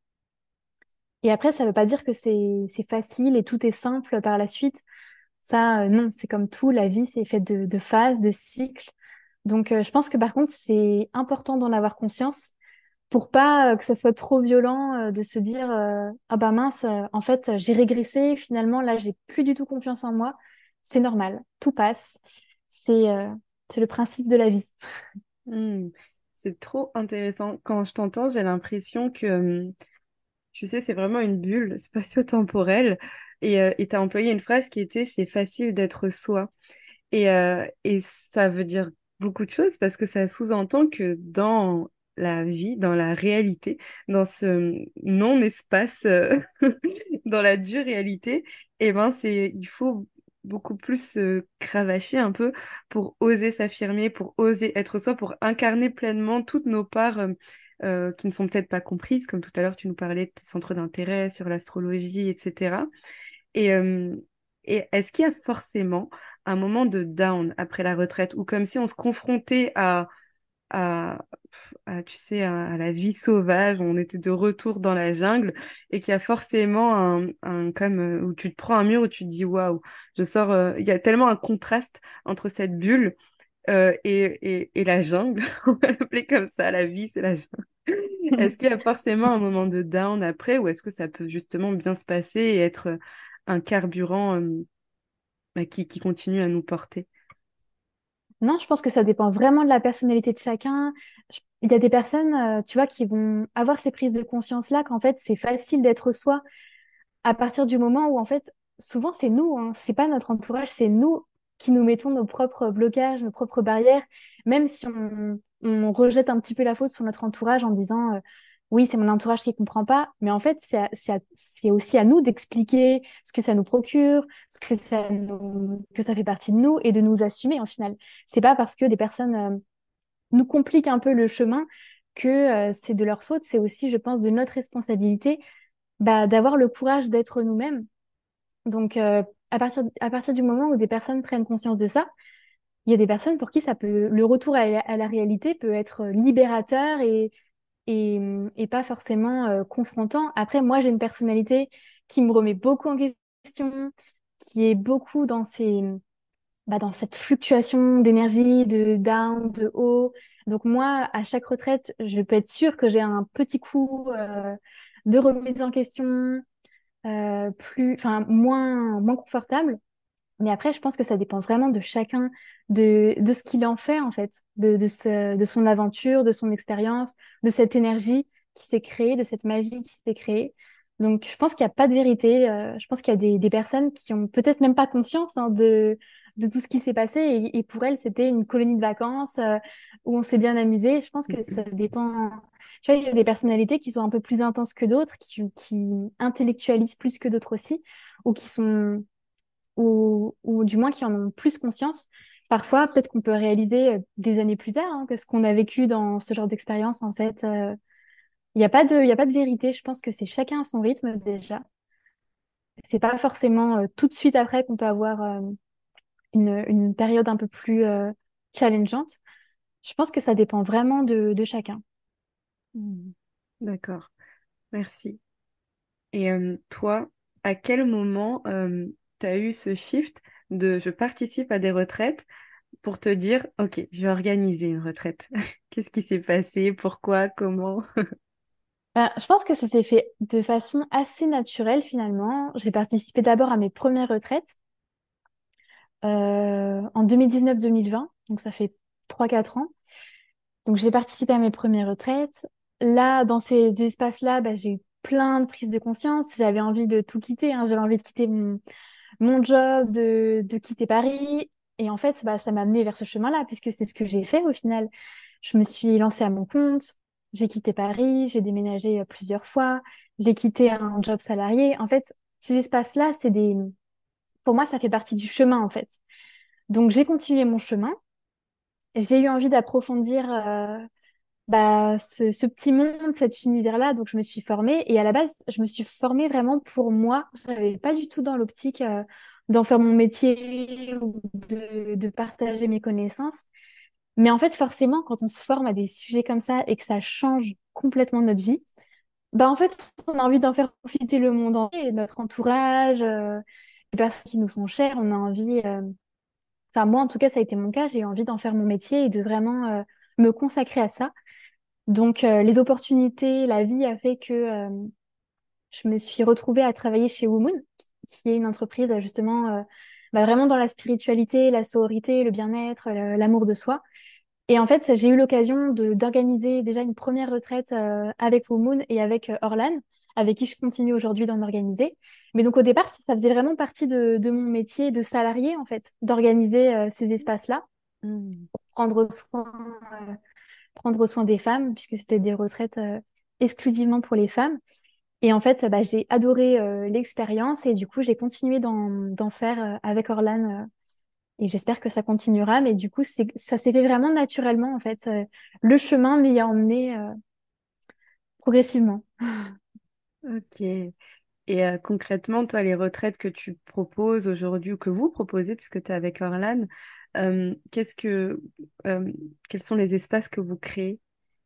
Et après, ça ne veut pas dire que c'est, c'est facile et tout est simple par la suite. Ça, euh, non, c'est comme tout, la vie, c'est fait de, de phases, de cycles. Donc, euh, je pense que par contre, c'est important d'en avoir conscience pour pas euh, que ça soit trop violent euh, de se dire euh, ah bah mince, euh, en fait, j'ai régressé, finalement, là, j'ai plus du tout confiance en moi. C'est normal, tout passe. C'est euh, c'est le principe de la vie. Hmm, c'est trop intéressant. Quand je t'entends, j'ai l'impression que, hum, tu sais, c'est vraiment une bulle spatio-temporelle. Et euh, et t'as employé une phrase qui était, c'est facile d'être soi. Et, euh, et ça veut dire beaucoup de choses parce que ça sous-entend que dans la vie, dans la réalité, dans ce non-espace, euh, dans la dure réalité, eh ben c'est, il faut beaucoup plus euh, cravacher un peu pour oser s'affirmer, pour oser être soi, pour incarner pleinement toutes nos parts euh, euh, qui ne sont peut-être pas comprises, comme tout à l'heure tu nous parlais de tes centres d'intérêt sur l'astrologie, et cetera. Et, euh, et est-ce qu'il y a forcément un moment de down après la retraite ou comme si on se confrontait à, à, à, tu sais, à, à la vie sauvage, on était de retour dans la jungle et qu'il y a forcément un, un comme euh, où tu te prends un mur où tu te dis waouh, je sors, euh, il y a tellement un contraste entre cette bulle euh, et, et, et la jungle, on va l'appeler comme ça, la vie, c'est la jungle. Est-ce qu'il y a forcément un moment de down après ou est-ce que ça peut justement bien se passer et être euh, un carburant euh, bah, qui, qui continue à nous porter? Non, je pense que ça dépend vraiment de la personnalité de chacun. Je- Il y a des personnes, euh, tu vois, qui vont avoir ces prises de conscience-là qu'en fait, c'est facile d'être soi à partir du moment où, en fait, souvent, c'est nous, hein, c'est pas notre entourage, c'est nous qui nous mettons nos propres blocages, nos propres barrières, même si on on rejette un petit peu la faute sur notre entourage en disant euh, oui, c'est mon entourage qui comprend pas. Mais en fait, c'est à- c'est à- c'est aussi à nous d'expliquer ce que ça nous procure, ce que ça nous, que ça fait partie de nous et de nous assumer, en final. C'est pas parce que des personnes euh, nous compliquent un peu le chemin que euh, c'est de leur faute. C'est aussi, je pense, de notre responsabilité bah, d'avoir le courage d'être nous-mêmes. Donc, euh, à partir, à partir du moment où des personnes prennent conscience de ça, il y a des personnes pour qui ça peut, le retour à la, à la réalité peut être libérateur et, et, et pas forcément euh, confrontant. Après, moi, j'ai une personnalité qui me remet beaucoup en question, qui est beaucoup dans ces, bah, dans cette fluctuation d'énergie, de down, de haut. Donc moi, à chaque retraite, je peux être sûre que j'ai un petit coup euh, de remise en question, euh, plus, enfin moins, moins confortable. Mais après, je pense que ça dépend vraiment de chacun, de, de ce qu'il en fait, en fait, de, de, ce, de son aventure, de son expérience, de cette énergie qui s'est créée, de cette magie qui s'est créée. Donc, je pense qu'il n'y a pas de vérité. Euh, je pense qu'il y a des, des personnes qui ont peut-être même pas conscience hein, de, de tout ce qui s'est passé. Et, et pour elles, c'était une colonie de vacances euh, où on s'est bien amusé. Je pense que ça dépend. Tu vois, il y a des personnalités qui sont un peu plus intenses que d'autres, qui, qui intellectualisent plus que d'autres aussi, ou qui sont ou, ou du moins qui en ont plus conscience. Parfois, peut-être qu'on peut réaliser euh, des années plus tard hein, que ce qu'on a vécu dans ce genre d'expérience, en fait, euh, il n'y a pas de, il y a pas de vérité. Je pense que c'est chacun à son rythme déjà. C'est pas forcément euh, tout de suite après qu'on peut avoir euh, une, une période un peu plus euh, challengeante. Je pense que ça dépend vraiment de, de chacun. Mhm. D'accord, merci. Et euh, toi, à quel moment tu as eu ce shift de je participe à des retraites pour te dire, OK, je vais organiser une retraite. Qu'est-ce qui s'est passé? Pourquoi? Comment? Ben, je pense que ça s'est fait de façon assez naturelle finalement. J'ai participé d'abord à mes premières retraites euh, en deux mille dix-neuf deux mille vingt, donc ça fait trois quatre ans. Donc j'ai participé à mes premières retraites. Là, dans ces espaces-là, bah, j'ai eu plein de prises de conscience. J'avais envie de tout quitter, hein. J'avais envie de quitter mon, mon job, de, de quitter Paris. Et en fait, bah, ça m'a amené vers ce chemin-là, puisque c'est ce que j'ai fait au final. Je me suis lancée à mon compte, j'ai quitté Paris, j'ai déménagé euh, plusieurs fois, j'ai quitté un job salarié. En fait, ces espaces-là, c'est des... Pour moi, ça fait partie du chemin, en fait. Donc j'ai continué mon chemin. J'ai eu envie d'approfondir euh, bah, ce, ce petit monde, cet univers-là. Donc, je me suis formée. Et à la base, je me suis formée vraiment pour moi. Je n'avais pas du tout dans l'optique euh, d'en faire mon métier ou de, de partager mes connaissances. Mais en fait, forcément, quand on se forme à des sujets comme ça et que ça change complètement notre vie, bah, en fait, on a envie d'en faire profiter le monde entier, notre entourage, euh, les personnes qui nous sont chères. On a envie, euh, enfin, moi, en tout cas, ça a été mon cas. J'ai eu envie d'en faire mon métier et de vraiment euh, me consacrer à ça. Donc, euh, les opportunités, la vie a fait que euh, je me suis retrouvée à travailler chez Womoon, qui est une entreprise euh, justement euh, bah, vraiment dans la spiritualité, la sororité, le bien-être, le- l'amour de soi. Et en fait, j'ai eu l'occasion de d'organiser déjà une première retraite euh, avec Womoon et avec euh, Orlan, avec qui je continue aujourd'hui d'en organiser. Mais donc au départ, ça, ça faisait vraiment partie de, de mon métier de salarié, en fait, d'organiser euh, ces espaces-là, Hmm. prendre soin euh, prendre soin des femmes, puisque c'était des retraites euh, exclusivement pour les femmes. Et en fait, bah, j'ai adoré euh, l'expérience et du coup, j'ai continué d'en d'en faire euh, avec Orlan euh, et j'espère que ça continuera. Mais du coup, c'est, ça s'est fait vraiment naturellement, en fait. Euh, le chemin m'y a emmené euh, progressivement. Ok. Et euh, concrètement, toi, les retraites que tu proposes aujourd'hui ou que vous proposez, puisque tu es avec Orlan, euh, qu'est-ce que, euh, quels sont les espaces que vous créez?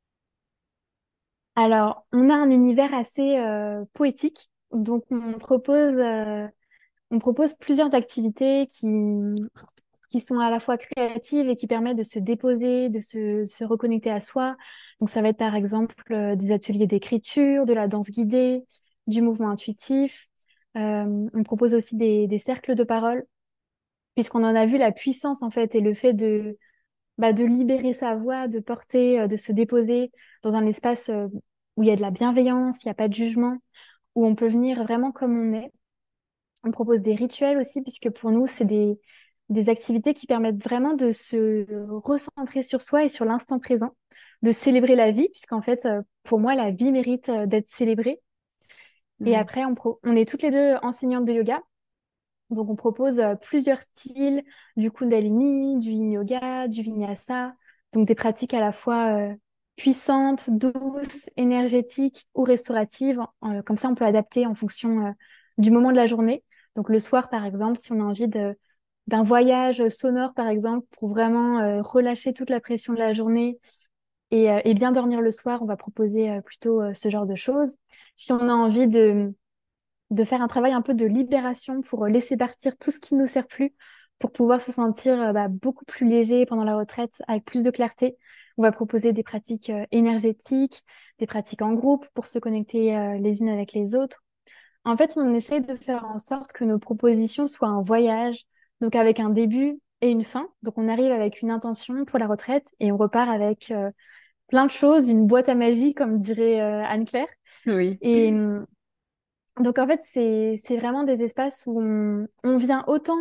Alors, on a un univers assez euh, poétique, donc on propose, euh, on propose plusieurs activités qui, qui sont à la fois créatives et qui permettent de se déposer, de se, se reconnecter à soi. Donc ça va être par exemple euh, des ateliers d'écriture, de la danse guidée, du mouvement intuitif. Euh, on propose aussi des, des cercles de parole, puisqu'on en a vu la puissance en fait et le fait de, bah, de libérer sa voix, de porter, euh, de se déposer dans un espace euh, où il y a de la bienveillance, il n'y a pas de jugement, où on peut venir vraiment comme on est. On propose des rituels aussi, puisque pour nous, c'est des, des activités qui permettent vraiment de se recentrer sur soi et sur l'instant présent, de célébrer la vie, puisqu'en fait, euh, pour moi, la vie mérite euh, d'être célébrée. Et Ouais. après, on, pro- on est toutes les deux enseignantes de yoga. Donc, on propose euh, plusieurs styles, du Kundalini, du Yin Yoga, du Vinyasa. Donc, des pratiques à la fois euh, puissantes, douces, énergétiques ou restauratives. Euh, comme ça, on peut adapter en fonction euh, du moment de la journée. Donc, le soir, par exemple, si on a envie de, d'un voyage sonore, par exemple, pour vraiment euh, relâcher toute la pression de la journée et, euh, et bien dormir le soir, on va proposer euh, plutôt euh, ce genre de choses. Si on a envie de de faire un travail un peu de libération pour euh, laisser partir tout ce qui ne nous sert plus, pour pouvoir se sentir euh, bah, beaucoup plus léger pendant la retraite, avec plus de clarté. On va proposer des pratiques euh, énergétiques, des pratiques en groupe pour se connecter euh, les unes avec les autres. En fait, on essaie de faire en sorte que nos propositions soient un voyage, donc avec un début et une fin. Donc on arrive avec une intention pour la retraite et on repart avec euh, plein de choses, une boîte à magie, comme dirait euh, Anne-Claire. Oui. Et, hum, donc en fait, c'est c'est vraiment des espaces où on, on vient autant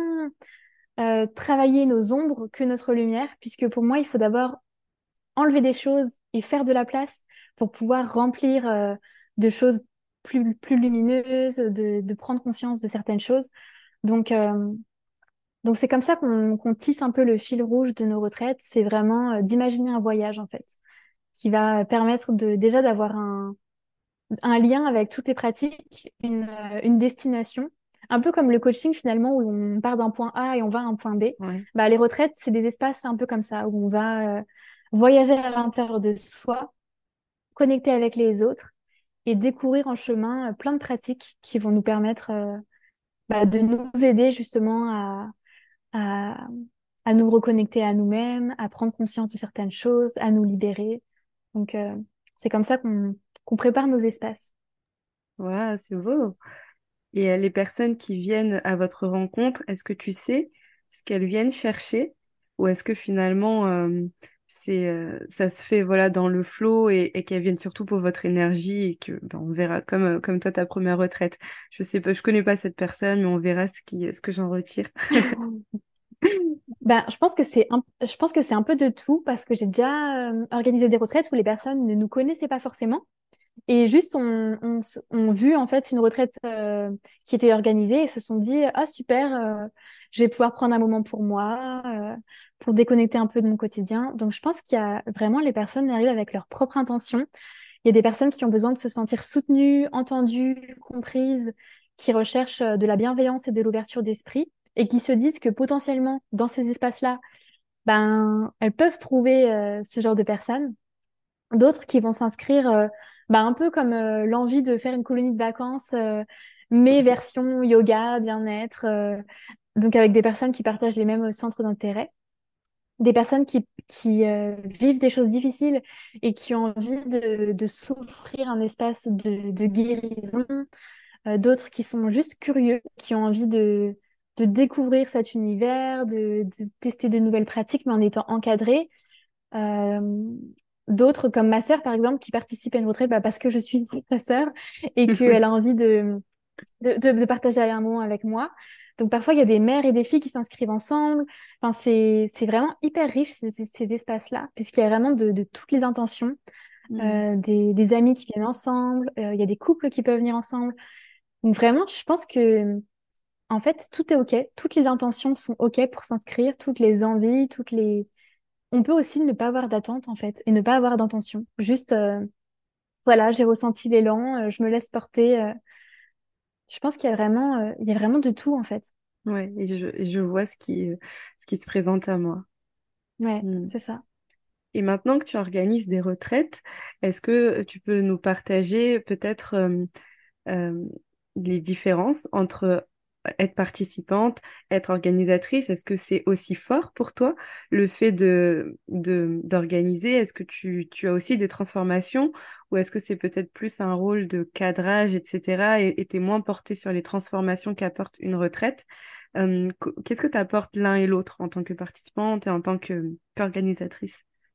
euh, travailler nos ombres que notre lumière, puisque pour moi, il faut d'abord enlever des choses et faire de la place pour pouvoir remplir euh, de choses plus, plus lumineuses, de, de prendre conscience de certaines choses. Donc euh, donc c'est comme ça qu'on qu'on tisse un peu le fil rouge de nos retraites, c'est vraiment euh, d'imaginer un voyage en fait, qui va permettre de déjà d'avoir un un lien avec toutes les pratiques, une, euh, une destination. Un peu comme le coaching finalement où on part d'un point A et on va à un point B. Ouais. Bah, les retraites, c'est des espaces un peu comme ça où on va euh, voyager à l'intérieur de soi, connecter avec les autres et découvrir en chemin euh, plein de pratiques qui vont nous permettre euh, bah, de nous aider justement à, à, à nous reconnecter à nous-mêmes, à prendre conscience de certaines choses, à nous libérer. Donc, euh, c'est comme ça qu'on qu'on prépare nos espaces. Ouais, c'est beau. Et euh, les personnes qui viennent à votre rencontre, est-ce que tu sais ce qu'elles viennent chercher ou est-ce que finalement euh, c'est euh, ça se fait voilà dans le flow et, et qu'elles viennent surtout pour votre énergie et que ben, on verra comme euh, comme toi ta première retraite. Je sais pas, je connais pas cette personne, mais on verra ce qui ce que j'en retire. Ben, je pense que c'est un, je pense que c'est un peu de tout parce que j'ai déjà euh, organisé des retraites où les personnes ne nous connaissaient pas forcément et juste on, on, s- ont vu en fait une retraite euh, qui était organisée et se sont dit ah super, euh, je vais pouvoir prendre un moment pour moi, euh, pour déconnecter un peu de mon quotidien. Donc je pense qu'il y a vraiment les personnes arrivent avec leur propre intention. Il y a des personnes qui ont besoin de se sentir soutenues, entendues, comprises, qui recherchent euh, de la bienveillance et de l'ouverture d'esprit et qui se disent que potentiellement, dans ces espaces-là, ben, elles peuvent trouver euh, ce genre de personnes. D'autres qui vont s'inscrire euh, ben, un peu comme euh, l'envie de faire une colonie de vacances, euh, mais version yoga, bien-être, euh, donc avec des personnes qui partagent les mêmes centres d'intérêt des personnes qui, qui euh, vivent des choses difficiles et qui ont envie de, de s'offrir un espace de, de guérison, euh, d'autres qui sont juste curieux, qui ont envie de, de découvrir cet univers, de, de tester de nouvelles pratiques, mais en étant encadrés. Euh, D'autres, comme ma sœur, par exemple, qui participe à une retraite bah, parce que je suis sa sœur et qu'elle a envie de, de, de, de partager un moment avec moi. Donc parfois, il y a des mères et des filles qui s'inscrivent ensemble. Enfin, c'est, c'est vraiment hyper riche, ces, ces, ces espaces-là, puisqu'il y a vraiment de, de toutes les intentions. Mm. Euh, des, des amis qui viennent ensemble, euh, il y a des couples qui peuvent venir ensemble. Donc vraiment, je pense que en fait, tout est OK. Toutes les intentions sont OK pour s'inscrire, toutes les envies, toutes les... On peut aussi ne pas avoir d'attente, en fait, et ne pas avoir d'intention. Juste, euh, voilà, j'ai ressenti l'élan, euh, je me laisse porter. euh, Je pense qu'il y a vraiment, euh, il y a vraiment de tout en fait. Ouais, et je, et je vois ce qui euh, ce qui se présente à moi. Ouais, Mm. c'est ça. Et maintenant que tu organises des retraites, est-ce que tu peux nous partager peut-être euh, euh, les différences entre être participante, être organisatrice? Est-ce que c'est aussi fort pour toi le fait de, de, d'organiser? Est-ce que tu, tu as aussi des transformations ou est-ce que c'est peut-être plus un rôle de cadrage, et cetera et tu es moins porté sur les transformations qu'apporte une retraite? Euh, qu- qu'est-ce que tu apportes l'un et l'autre en tant que participante et en tant que, qu'organisatrice?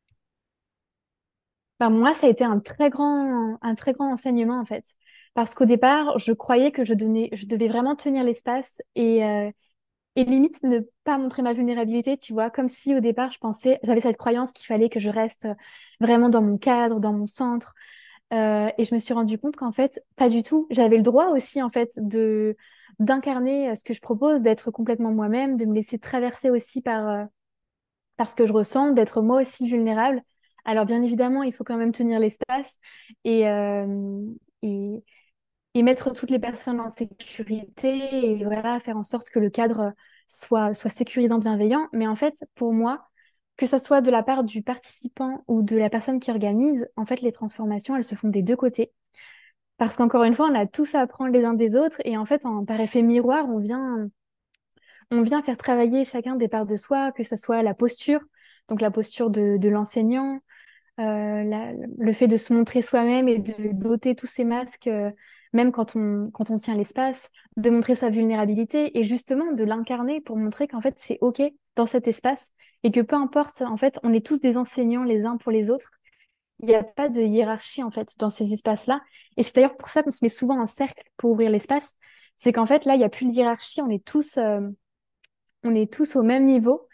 Enfin, moi, ça a été un très grand, un très grand enseignement en fait, parce qu'au départ, je croyais que je donnais, je devais vraiment tenir l'espace et, euh, et limite ne pas montrer ma vulnérabilité, tu vois, comme si au départ je pensais, j'avais cette croyance qu'il fallait que je reste vraiment dans mon cadre, dans mon centre. Euh, et je me suis rendu compte qu'en fait, pas du tout. J'avais le droit aussi, en fait, de d'incarner euh, ce que je propose, d'être complètement moi-même, de me laisser traverser aussi par, euh, par ce que je ressens, d'être moi aussi vulnérable. Alors, bien évidemment, il faut quand même tenir l'espace et, euh, et, et mettre toutes les personnes en sécurité et voilà, faire en sorte que le cadre soit, soit sécurisant, bienveillant. Mais en fait, pour moi, que ça soit de la part du participant ou de la personne qui organise, en fait, les transformations, elles se font des deux côtés. Parce qu'encore une fois, on a tous à apprendre les uns des autres et en fait, en, par effet miroir, on vient, on vient faire travailler chacun des parts de soi, que ça soit la posture, donc la posture de, de l'enseignant, euh, la- le fait de se montrer soi-même et de doter tous ces masques, euh, même quand on, quand on tient l'espace, de montrer sa vulnérabilité et justement de l'incarner pour montrer qu'en fait c'est OK dans cet espace et que peu importe, en fait, on est tous des enseignants les uns pour les autres. Il n'y a pas de hiérarchie en fait dans ces espaces-là. Et c'est d'ailleurs pour ça qu'on se met souvent en cercle pour ouvrir l'espace. C'est qu'en fait là, il n'y a plus de hiérarchie, on est tous, euh, on est tous au même niveau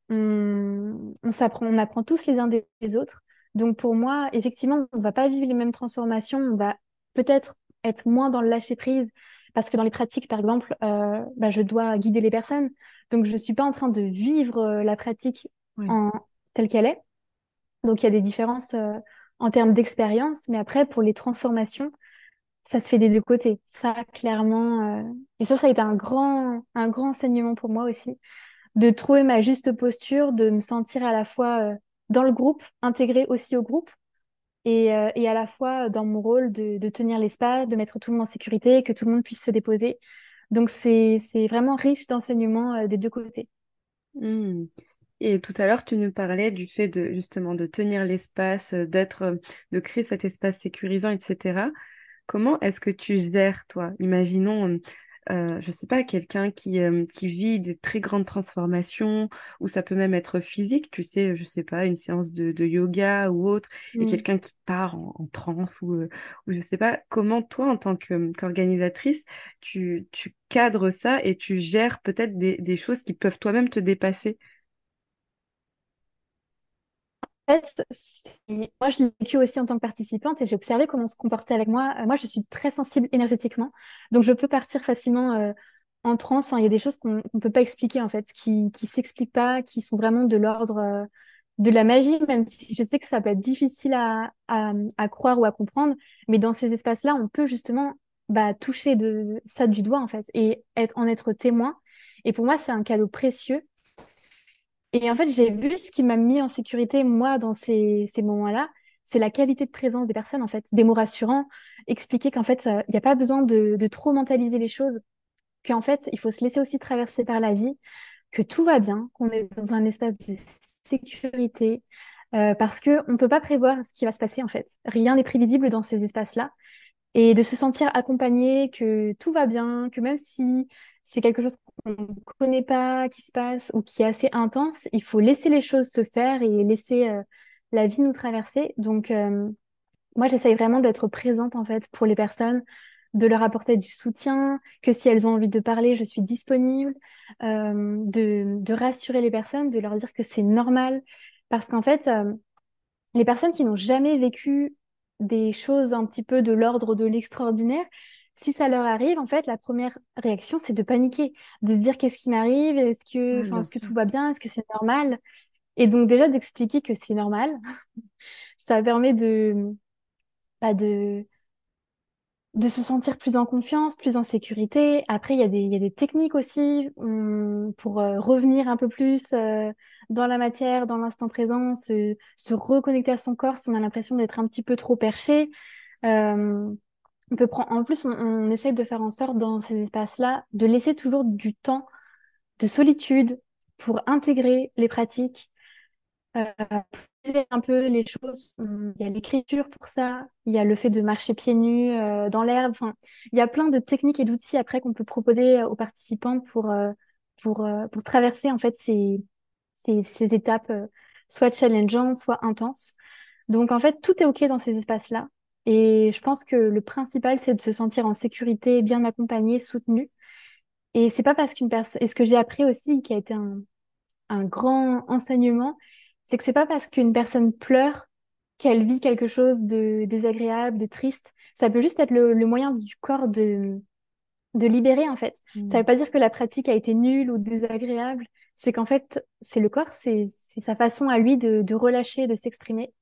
on, on s'apprend, on apprend tous les uns des, des autres. Donc pour moi, effectivement, on va pas vivre les mêmes transformations, on va peut-être être moins dans le lâcher prise, parce que dans les pratiques, par exemple, euh, bah, je dois guider les personnes. Donc je suis pas en train de vivre euh, la pratique Oui. en telle qu'elle est. Donc il y a des différences euh, en termes d'expérience, mais après pour les transformations, ça se fait des deux côtés. Ça, clairement, euh, et ça, ça a été un grand, un grand enseignement pour moi aussi de trouver ma juste posture, de me sentir à la fois euh, dans le groupe, intégrée aussi au groupe, et, euh, et à la fois dans mon rôle de, de tenir l'espace, de mettre tout le monde en sécurité, que tout le monde puisse se déposer. Donc c'est, c'est vraiment riche d'enseignements euh, des deux côtés. Hmm. Et tout à l'heure, tu nous parlais du fait de justement de tenir l'espace, euh, d'être, euh, de créer cet espace sécurisant, et cetera. Comment est-ce que tu gères, toi? Imaginons, euh, euh, je sais pas, quelqu'un qui, euh, qui vit des très grandes transformations, ou ça peut même être physique, tu sais, je sais pas, une séance de, de yoga ou autre, et Mm. quelqu'un qui part en, en transe, ou, euh, ou je sais pas, comment toi, en tant que, qu'organisatrice, tu, tu cadres ça et tu gères peut-être des, des choses qui peuvent toi-même te dépasser? En fait, c'est- moi, je l'ai vécu aussi en tant que participante et j'ai observé comment on se comportait avec moi. Euh, Moi, je suis très sensible énergétiquement, donc je peux partir facilement euh, en transe. Enfin, il y a des choses qu'on ne peut pas expliquer, en fait, qui qui s'expliquent pas, qui sont vraiment de l'ordre euh, de la magie, même si je sais que ça peut être difficile à, à, à croire ou à comprendre. Mais dans ces espaces-là, on peut justement bah, toucher de, ça du doigt, en fait, et être, en être témoin. Et pour moi, c'est un cadeau précieux et en fait, j'ai vu ce qui m'a mis en sécurité, moi, dans ces, ces moments-là, c'est la qualité de présence des personnes, en fait. Des mots rassurants, expliquer qu'en fait, euh, il n'y a pas besoin de, de trop mentaliser les choses, qu'en fait, il faut se laisser aussi traverser par la vie, que tout va bien, qu'on est dans un espace de sécurité, euh, parce que on peut pas prévoir ce qui va se passer, en fait. Rien n'est prévisible dans ces espaces-là et de se sentir accompagné, que tout va bien, que même si c'est quelque chose qu'on ne connaît pas, qui se passe ou qui est assez intense, il faut laisser les choses se faire et laisser euh, la vie nous traverser. Donc, euh, moi, j'essaye vraiment d'être présente en fait pour les personnes, de leur apporter du soutien, que si elles ont envie de parler, je suis disponible, euh, de, de rassurer les personnes, de leur dire que c'est normal. Parce qu'en fait, euh, les personnes qui n'ont jamais vécu des choses un petit peu de l'ordre de l'extraordinaire, si ça leur arrive, en fait, la première réaction, c'est de paniquer, de se dire qu'est-ce qui m'arrive, est-ce que, Oui, enfin, bien est-ce que sûr. tout va bien, est-ce que c'est normal? Et donc déjà d'expliquer que c'est normal, ça permet de, bah, de, de se sentir plus en confiance, plus en sécurité. Après, il y a des, il y a des techniques aussi hum, pour euh, revenir un peu plus euh, dans la matière, dans l'instant présent, se, se reconnecter à son corps si on a l'impression d'être un petit peu trop perché. Euh, on peut prendre, en plus, on, on essaye de faire en sorte dans ces espaces-là de laisser toujours du temps de solitude pour intégrer les pratiques, euh, poser un peu les choses. Hum, Il y a l'écriture pour ça, il y a le fait de marcher pieds nus euh, dans l'herbe. Enfin, il y a plein de techniques et d'outils après qu'on peut proposer aux participants pour, euh, pour, euh, pour traverser en fait ces, ces, ces étapes, euh, soit challengeantes, soit intenses. Donc en fait, tout est OK dans ces espaces-là. Et je pense que le principal, c'est de se sentir en sécurité, bien accompagné, soutenu. Et c'est pas parce qu'une personne, et ce que j'ai appris aussi, qui a été un, un grand enseignement, c'est que c'est pas parce qu'une personne pleure qu'elle vit quelque chose de désagréable, de triste. Ça peut juste être le, le moyen du corps de, de libérer, en fait. Ça veut Mm. pas dire que la pratique a été nulle ou désagréable. C'est qu'en fait, c'est le corps, c'est, c'est sa façon à lui de, de relâcher, de s'exprimer.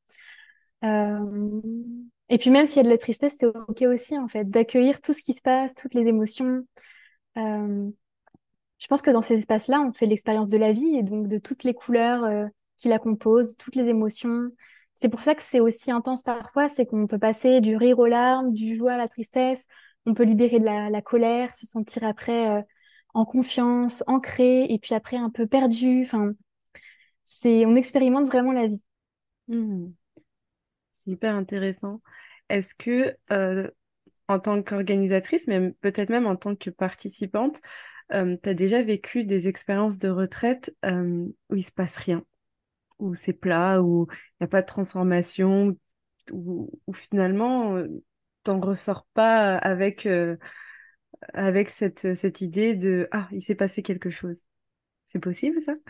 Euh, Et puis même s'il y a de la tristesse, c'est OK aussi, en fait, d'accueillir tout ce qui se passe, toutes les émotions. Euh, je pense que dans ces espaces-là, on fait l'expérience de la vie et donc de toutes les couleurs euh, qui la composent, toutes les émotions. C'est pour ça que c'est aussi intense parfois, c'est qu'on peut passer du rire aux larmes, du joie à la tristesse, on peut libérer de la, la colère, se sentir après euh, en confiance, ancré, et puis après un peu perdu. Enfin, c'est, on expérimente vraiment la vie. Mm. C'est hyper intéressant. Est-ce que, euh, en tant qu'organisatrice, mais peut-être même en tant que participante, tu as déjà vécu des expériences de retraite euh, où il se passe rien, où c'est plat, où il n'y a pas de transformation, où, où finalement, euh, t'en ressors pas avec, euh, avec cette, cette idée de «Ah, il s'est passé quelque chose». C'est possible, ça?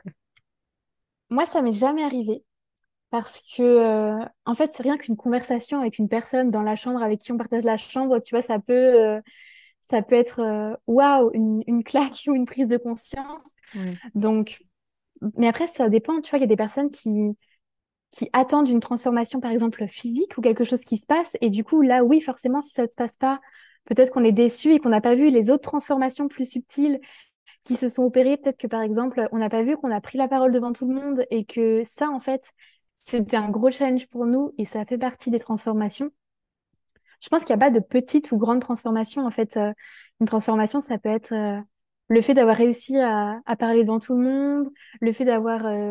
Moi, ça m'est jamais arrivé. Parce que, euh, en fait, c'est rien qu'une conversation avec une personne dans la chambre avec qui on partage la chambre, tu vois, ça peut, euh, ça peut être, euh, waouh, une, une claque ou une prise de conscience. Ouais. Donc, mais après, ça dépend, tu vois, il y a des personnes qui, qui attendent une transformation, par exemple, physique ou quelque chose qui se passe. Et du coup, là, oui, forcément, si ça ne se passe pas, peut-être qu'on est déçu et qu'on n'a pas vu les autres transformations plus subtiles qui se sont opérées. Peut-être que, par exemple, on n'a pas vu qu'on a pris la parole devant tout le monde et que ça, en fait, c'était un gros challenge pour nous et ça fait partie des transformations. Je pense qu'il n'y a pas de petite ou grande transformation. En fait, euh, une transformation, ça peut être euh, le fait d'avoir réussi à, à parler devant tout le monde, le fait d'avoir euh,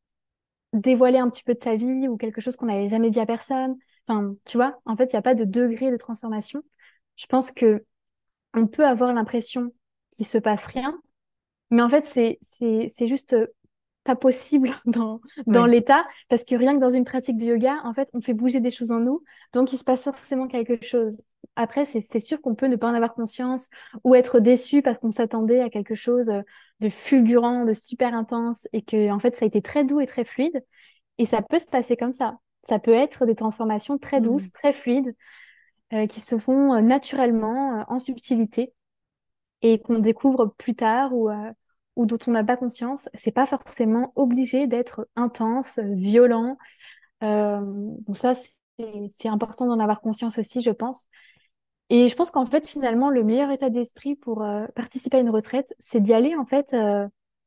dévoilé un petit peu de sa vie ou quelque chose qu'on n'avait jamais dit à personne. Enfin, tu vois, en fait, il n'y a pas de degré de transformation. Je pense que on peut avoir l'impression qu'il se passe rien, mais en fait, c'est, c'est, c'est juste euh, pas possible dans, dans Ouais. l'état, parce que rien que dans une pratique de yoga, en fait, on fait bouger des choses en nous, donc il se passe forcément quelque chose. Après, c'est, c'est sûr qu'on peut ne pas en avoir conscience ou être déçu parce qu'on s'attendait à quelque chose euh, de fulgurant, de super intense, et que, en fait, ça a été très doux et très fluide. Et ça peut se passer comme ça. Ça peut être des transformations très Mm. douces, très fluides, euh, qui se font euh, naturellement, euh, en subtilité et qu'on découvre plus tard ou, euh, ou dont on n'a pas conscience. C'est pas forcément obligé d'être intense, violent. Euh, donc ça, c'est, c'est important d'en avoir conscience aussi, je pense. Et je pense qu'en fait, finalement, le meilleur état d'esprit pour euh, participer à une retraite, c'est d'y aller en fait euh,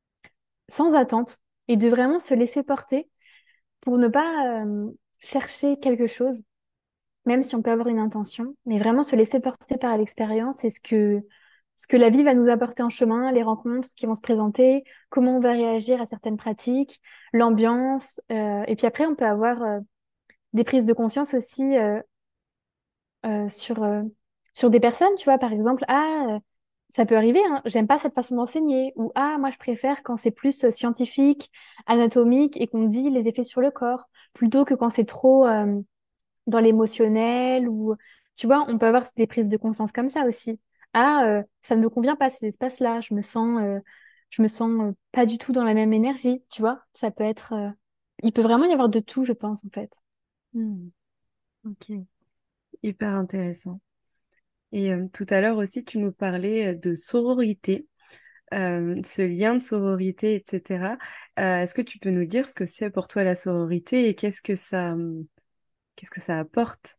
sans attente et de vraiment se laisser porter pour ne pas euh, chercher quelque chose, même si on peut avoir une intention, mais vraiment se laisser porter par l'expérience et ce que, ce que la vie va nous apporter en chemin, les rencontres qui vont se présenter, comment on va réagir à certaines pratiques, l'ambiance. Euh, et puis après, on peut avoir euh, des prises de conscience aussi euh, euh, sur, euh, sur des personnes, tu vois, par exemple, ah, euh, ça peut arriver, hein, j'aime pas cette façon d'enseigner, ou ah, moi je préfère quand c'est plus euh, scientifique, anatomique et qu'on dit les effets sur le corps, plutôt que quand c'est trop euh, dans l'émotionnel ou tu vois, on peut avoir des prises de conscience comme ça aussi. Ah, euh, ça ne me convient pas ces espaces-là, je me sens euh, je me sens euh, pas du tout dans la même énergie, tu vois. Ça peut être euh, il peut vraiment y avoir de tout, je pense en fait. Mm. Ok, hyper intéressant. Et euh, tout à l'heure aussi, tu nous parlais euh, de sororité, euh, ce lien de sororité, et cetera. Euh, est-ce que tu peux nous dire ce que c'est pour toi la sororité et qu'est-ce que ça, hum, qu'est-ce que ça apporte?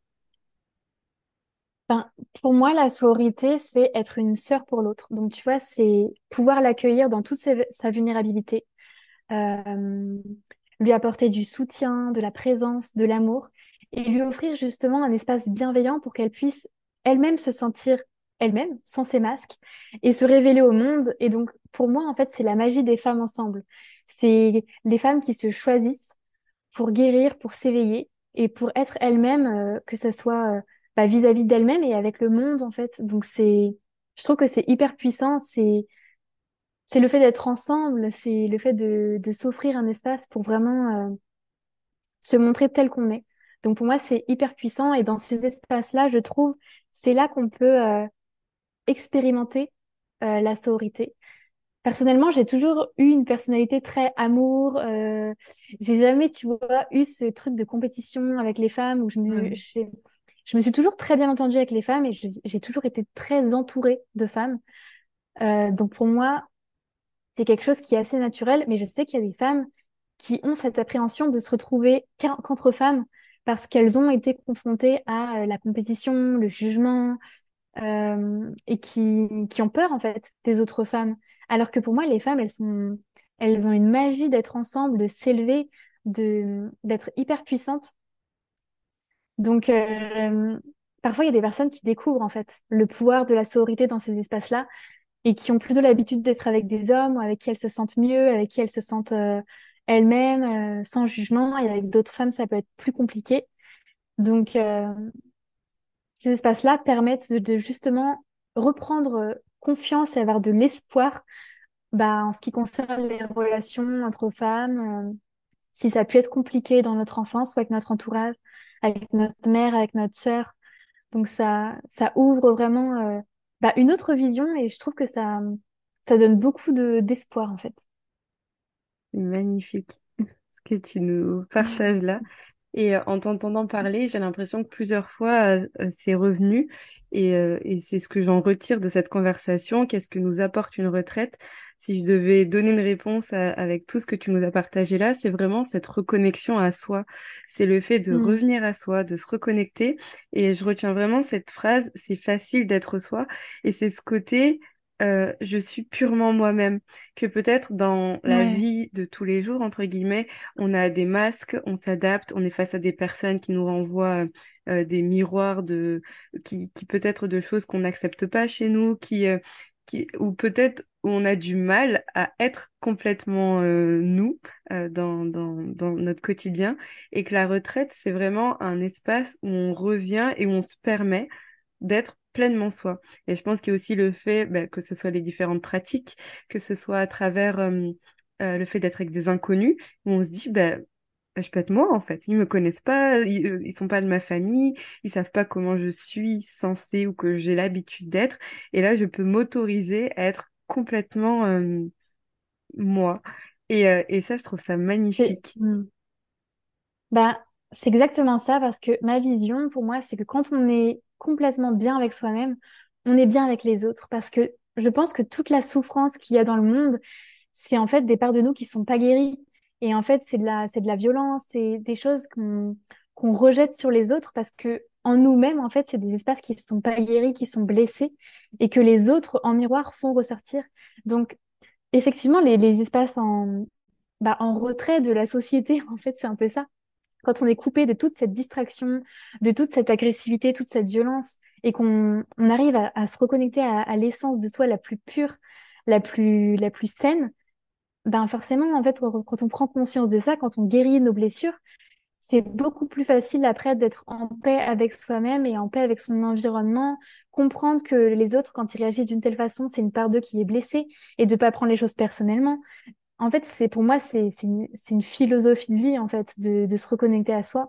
Enfin, pour moi, la sororité, c'est être une sœur pour l'autre. Donc, tu vois, c'est pouvoir l'accueillir dans toute ses- sa vulnérabilité, euh, lui apporter du soutien, de la présence, de l'amour, et lui offrir justement un espace bienveillant pour qu'elle puisse elle-même se sentir elle-même, sans ses masques, et se révéler au monde. Et donc, pour moi, en fait, c'est la magie des femmes ensemble. C'est les femmes qui se choisissent pour guérir, pour s'éveiller et pour être elles-mêmes, euh, que ça soit euh, bah, vis-à-vis d'elles-mêmes et avec le monde, en fait. Donc, c'est, je trouve que c'est hyper puissant. C'est c'est le fait d'être ensemble, c'est le fait de, de s'offrir un espace pour vraiment euh, se montrer tel qu'on est. Donc pour moi, c'est hyper puissant et dans ces espaces-là, je trouve, c'est là qu'on peut euh, expérimenter euh, la sororité. Personnellement, j'ai toujours eu une personnalité très amour. Euh, j'ai jamais, tu vois, eu ce truc de compétition avec les femmes où je me, Ouais. j'ai- je me suis toujours très bien entendue avec les femmes et je- j'ai toujours été très entourée de femmes. Euh, donc pour moi, c'est quelque chose qui est assez naturel, mais je sais qu'il y a des femmes qui ont cette appréhension de se retrouver qu'en- qu'entre femmes parce qu'elles ont été confrontées à euh, la compétition, le jugement, euh, et qui, qui ont peur en fait des autres femmes. Alors que pour moi, les femmes, elles sont, elles ont une magie d'être ensemble, de s'élever, de, d'être hyper puissantes. Donc, euh, parfois, il y a des personnes qui découvrent en fait le pouvoir de la sororité dans ces espaces-là et qui ont plutôt l'habitude d'être avec des hommes ou avec qui elles se sentent mieux, avec qui elles se sentent euh, elles-mêmes, euh, sans jugement. Et avec d'autres femmes, ça peut être plus compliqué. Donc, euh, ces espaces-là permettent de, de justement reprendre euh, confiance et avoir de l'espoir bah, en ce qui concerne les relations entre femmes, euh, si ça a pu être compliqué dans notre enfance ou avec notre entourage, avec notre mère, avec notre sœur. Donc ça, ça ouvre vraiment euh, bah, une autre vision et je trouve que ça, ça donne beaucoup de, d'espoir en fait. C'est magnifique ce que tu nous partages là. Et euh, en t'entendant parler, j'ai l'impression que plusieurs fois, euh, euh, c'est revenu. Et, euh, et c'est ce que j'en retire de cette conversation. Qu'est-ce que nous apporte une retraite? Si je devais donner une réponse à- avec tout ce que tu nous as partagé là, c'est vraiment cette reconnexion à soi. C'est le fait de Mm. revenir à soi, de se reconnecter. Et je retiens vraiment cette phrase, c'est facile d'être soi. Et c'est ce côté, euh, je suis purement moi-même. Que peut-être dans la Ouais. vie de tous les jours, entre guillemets, on a des masques, on s'adapte, on est face à des personnes qui nous renvoient euh, des miroirs de qui, qui peut-être de choses qu'on n'accepte pas chez nous, qui, euh, qui ou peut-être où on a du mal à être complètement euh, nous euh, dans, dans, dans notre quotidien et que la retraite, c'est vraiment un espace où on revient et où on se permet d'être pleinement soi. Et je pense qu'il y a aussi le fait bah, que ce soit les différentes pratiques, que ce soit à travers euh, euh, le fait d'être avec des inconnus, où on se dit, bah, bah, je peux être moi en fait. Ils me connaissent pas, ils, euh, ils sont pas de ma famille, ils savent pas comment je suis censée ou que j'ai l'habitude d'être. Et là, je peux m'autoriser à être complètement euh, moi. Et, euh, et ça, je trouve ça C'est magnifique. mm. Bah, c'est exactement ça parce que ma vision pour moi, c'est que quand on est complètement bien avec soi-même, on est bien avec les autres parce que je pense que toute la souffrance qu'il y a dans le monde, c'est en fait des parts de nous qui sont pas guéries. Et en fait, c'est de la, c'est de la violence, c'est des choses qu'on qu'on rejette sur les autres parce que en nous-mêmes, en fait, c'est des espaces qui sont pas guéris, qui sont blessés et que les autres, en miroir, font ressortir. Donc, effectivement, les, les espaces en, bah, en retrait de la société, en fait, c'est un peu ça. Quand on est coupé de toute cette distraction, de toute cette agressivité, toute cette violence, et qu'on on arrive à, à se reconnecter à, à l'essence de soi la plus pure, la plus, la plus saine, ben forcément, en fait, quand quand on prend conscience de ça, quand on guérit nos blessures, c'est beaucoup plus facile après d'être en paix avec soi-même et en paix avec son environnement, comprendre que les autres, quand ils réagissent d'une telle façon, c'est une part d'eux qui est blessée et de pas prendre les choses personnellement. En fait, c'est pour moi, c'est c'est une, c'est une philosophie de vie, en fait, de, de se reconnecter à soi.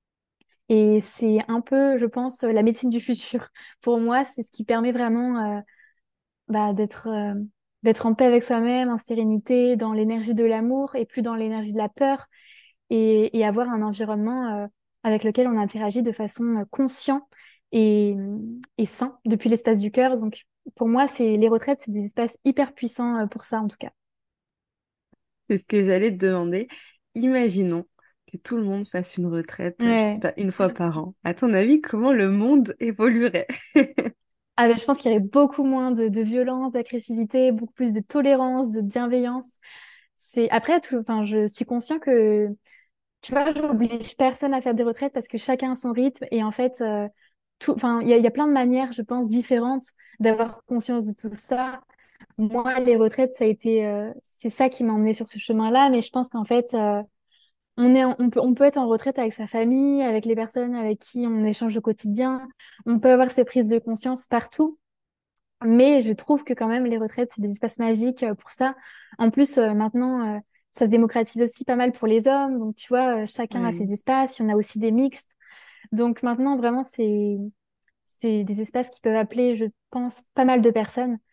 Et c'est un peu, je pense, la médecine du futur. Pour moi, c'est ce qui permet vraiment euh, bah, d'être euh, d'être en paix avec soi-même, en sérénité, dans l'énergie de l'amour et plus dans l'énergie de la peur et, et avoir un environnement euh, avec lequel on interagit de façon euh, consciente et, et sain depuis l'espace du cœur. Donc, pour moi, c'est les retraites, c'est des espaces hyper puissants euh, pour ça, en tout cas. C'est ce que j'allais te demander. Imaginons que tout le monde fasse une retraite, je sais Ouais. pas, une fois par an. À ton avis, comment le monde évoluerait? Ah ben, je pense qu'il y aurait beaucoup moins de, de violence, d'agressivité, beaucoup plus de tolérance, de bienveillance. C'est après tout, enfin, je suis conscient que tu vois, j'oblige personne à faire des retraites parce que chacun a son rythme et en fait, euh, tout, enfin, il y a, il y a plein de manières, je pense, différentes d'avoir conscience de tout ça. Moi, les retraites, ça a été, euh, c'est ça qui m'a emmené sur ce chemin-là, mais je pense qu'en fait, euh, on est, en- on peut, on peut être en retraite avec sa famille, avec les personnes avec qui on échange au quotidien. On peut avoir ces prises de conscience partout. Mais je trouve que quand même, les retraites, c'est des espaces magiques euh, pour ça. En plus, euh, maintenant, euh, ça se démocratise aussi pas mal pour les hommes. Donc, tu vois, euh, chacun a Ouais. ses espaces. Il y en a aussi des mixtes. Donc, maintenant, vraiment, c'est, c'est des espaces qui peuvent appeler, je pense, pas mal de personnes.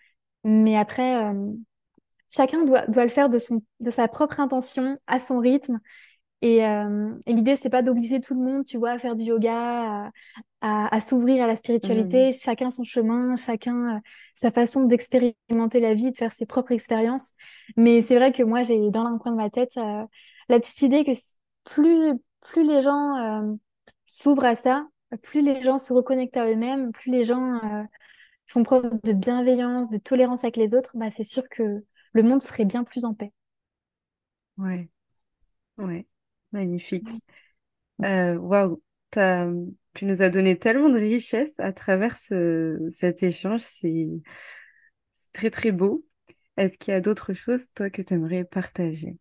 Mais après, euh, chacun doit, doit le faire de son, de sa propre intention, à son rythme. Et, euh, et l'idée, c'est pas d'obliger tout le monde, tu vois, à faire du yoga, à, à, à s'ouvrir à la Mm. spiritualité. Chacun son chemin, chacun euh, sa façon d'expérimenter la vie, de faire ses propres expériences. Mais c'est vrai que moi, j'ai dans un coin de ma tête euh, la petite idée que s- plus, plus les gens euh, s'ouvrent à ça, plus les gens se reconnectent à eux-mêmes, plus les gens euh, font preuve de bienveillance, de tolérance avec les autres, bah, c'est sûr que le monde serait bien plus en paix. Ouais, ouais, magnifique. Euh, Waouh, t'as- tu nous as donné tellement de richesse à travers ce, cet échange, c'est c'est très très beau. Est-ce qu'il y a d'autres choses, toi, que tu aimerais partager?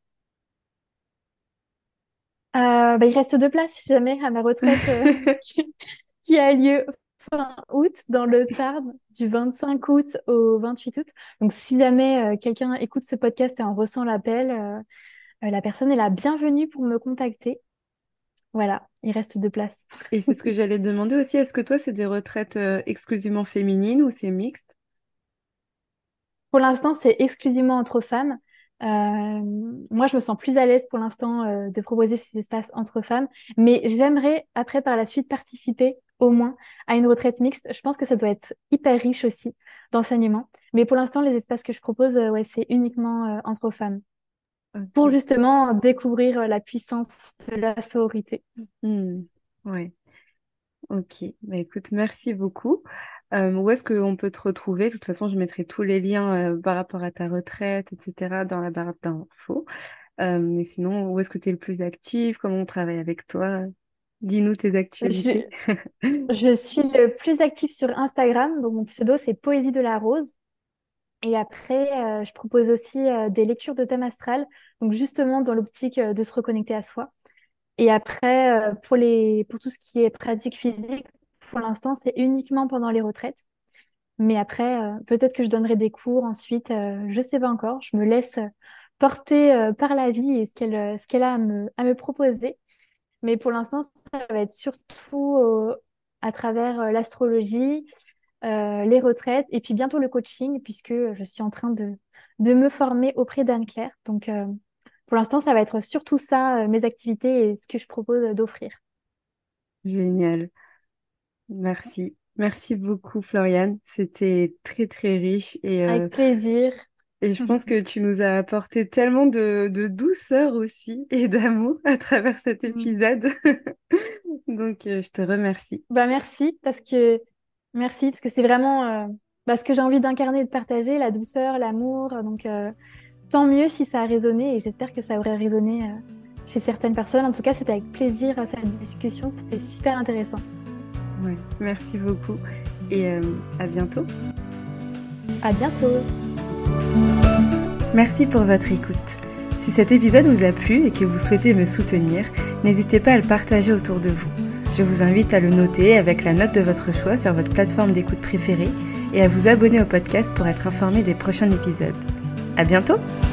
Euh, bah, il reste deux places, si jamais, à ma retraite euh, qui, qui a lieu fin août, dans le Tarn, du vingt-cinq août au vingt-huit août. Donc, si jamais euh, quelqu'un écoute ce podcast et en ressent l'appel, euh, euh, la personne est la bienvenue pour me contacter. Voilà, il reste deux places. Et c'est ce que j'allais te demander aussi, est-ce que toi, c'est des retraites euh, exclusivement féminines ou c'est mixte? Pour l'instant, c'est exclusivement entre femmes. Euh, Moi, je me sens plus à l'aise pour l'instant euh, de proposer ces espaces entre femmes, mais j'aimerais après par la suite participer au moins à une retraite mixte. Je pense que ça doit être hyper riche aussi d'enseignement. Mais pour l'instant, les espaces que je propose, euh, ouais, c'est uniquement euh, entre femmes pour Ok. justement découvrir euh, la puissance de la sororité. Hmm. Ouais. Ok. Bah, écoute, merci beaucoup. Euh, où est-ce qu'on peut te retrouver? De toute façon, je mettrai tous les liens euh, par rapport à ta retraite, et cetera, dans la barre d'infos. Euh, mais sinon, où est-ce que tu es le plus actif? Comment on travaille avec toi? Dis-nous tes actualités. Je, je suis le plus active sur Instagram, donc mon pseudo c'est Poésie de la Rose. Et après, euh, je propose aussi euh, des lectures de thème astral, donc justement dans l'optique euh, de se reconnecter à soi. Et après, euh, pour les, pour tout ce qui est pratique physique, pour l'instant, c'est uniquement pendant les retraites. Mais après, euh, peut-être que je donnerai des cours ensuite, euh, je sais pas encore. Je me laisse euh, porter euh, par la vie et ce qu'elle, euh, ce qu'elle a à me, à me proposer. Mais pour l'instant, ça va être surtout euh, à travers euh, l'astrologie, euh, les retraites et puis bientôt le coaching, puisque je suis en train de, de me former auprès d'Anne-Claire. Donc, euh, pour l'instant, ça va être surtout ça, euh, mes activités et ce que je propose d'offrir. Génial. Merci. Merci beaucoup, Floriane. C'était très, très riche et, euh, Avec plaisir. et je pense que tu nous as apporté tellement de, de douceur aussi et d'amour à travers cet Mm. épisode. Donc, euh, je te remercie. Bah, merci parce que merci parce que c'est vraiment euh, bah, ce que j'ai envie d'incarner et de partager, la douceur, l'amour. Donc, euh, tant mieux si ça a résonné et j'espère que ça aurait résonné euh, chez certaines personnes. En tout cas, c'était avec plaisir euh, cette discussion. C'était super intéressant. Ouais, merci beaucoup et euh, à bientôt. À bientôt. Merci pour votre écoute. Si cet épisode vous a plu et que vous souhaitez me soutenir, n'hésitez pas à le partager autour de vous. Je vous invite à le noter avec la note de votre choix sur votre plateforme d'écoute préférée et à vous abonner au podcast pour être informé des prochains épisodes. À bientôt!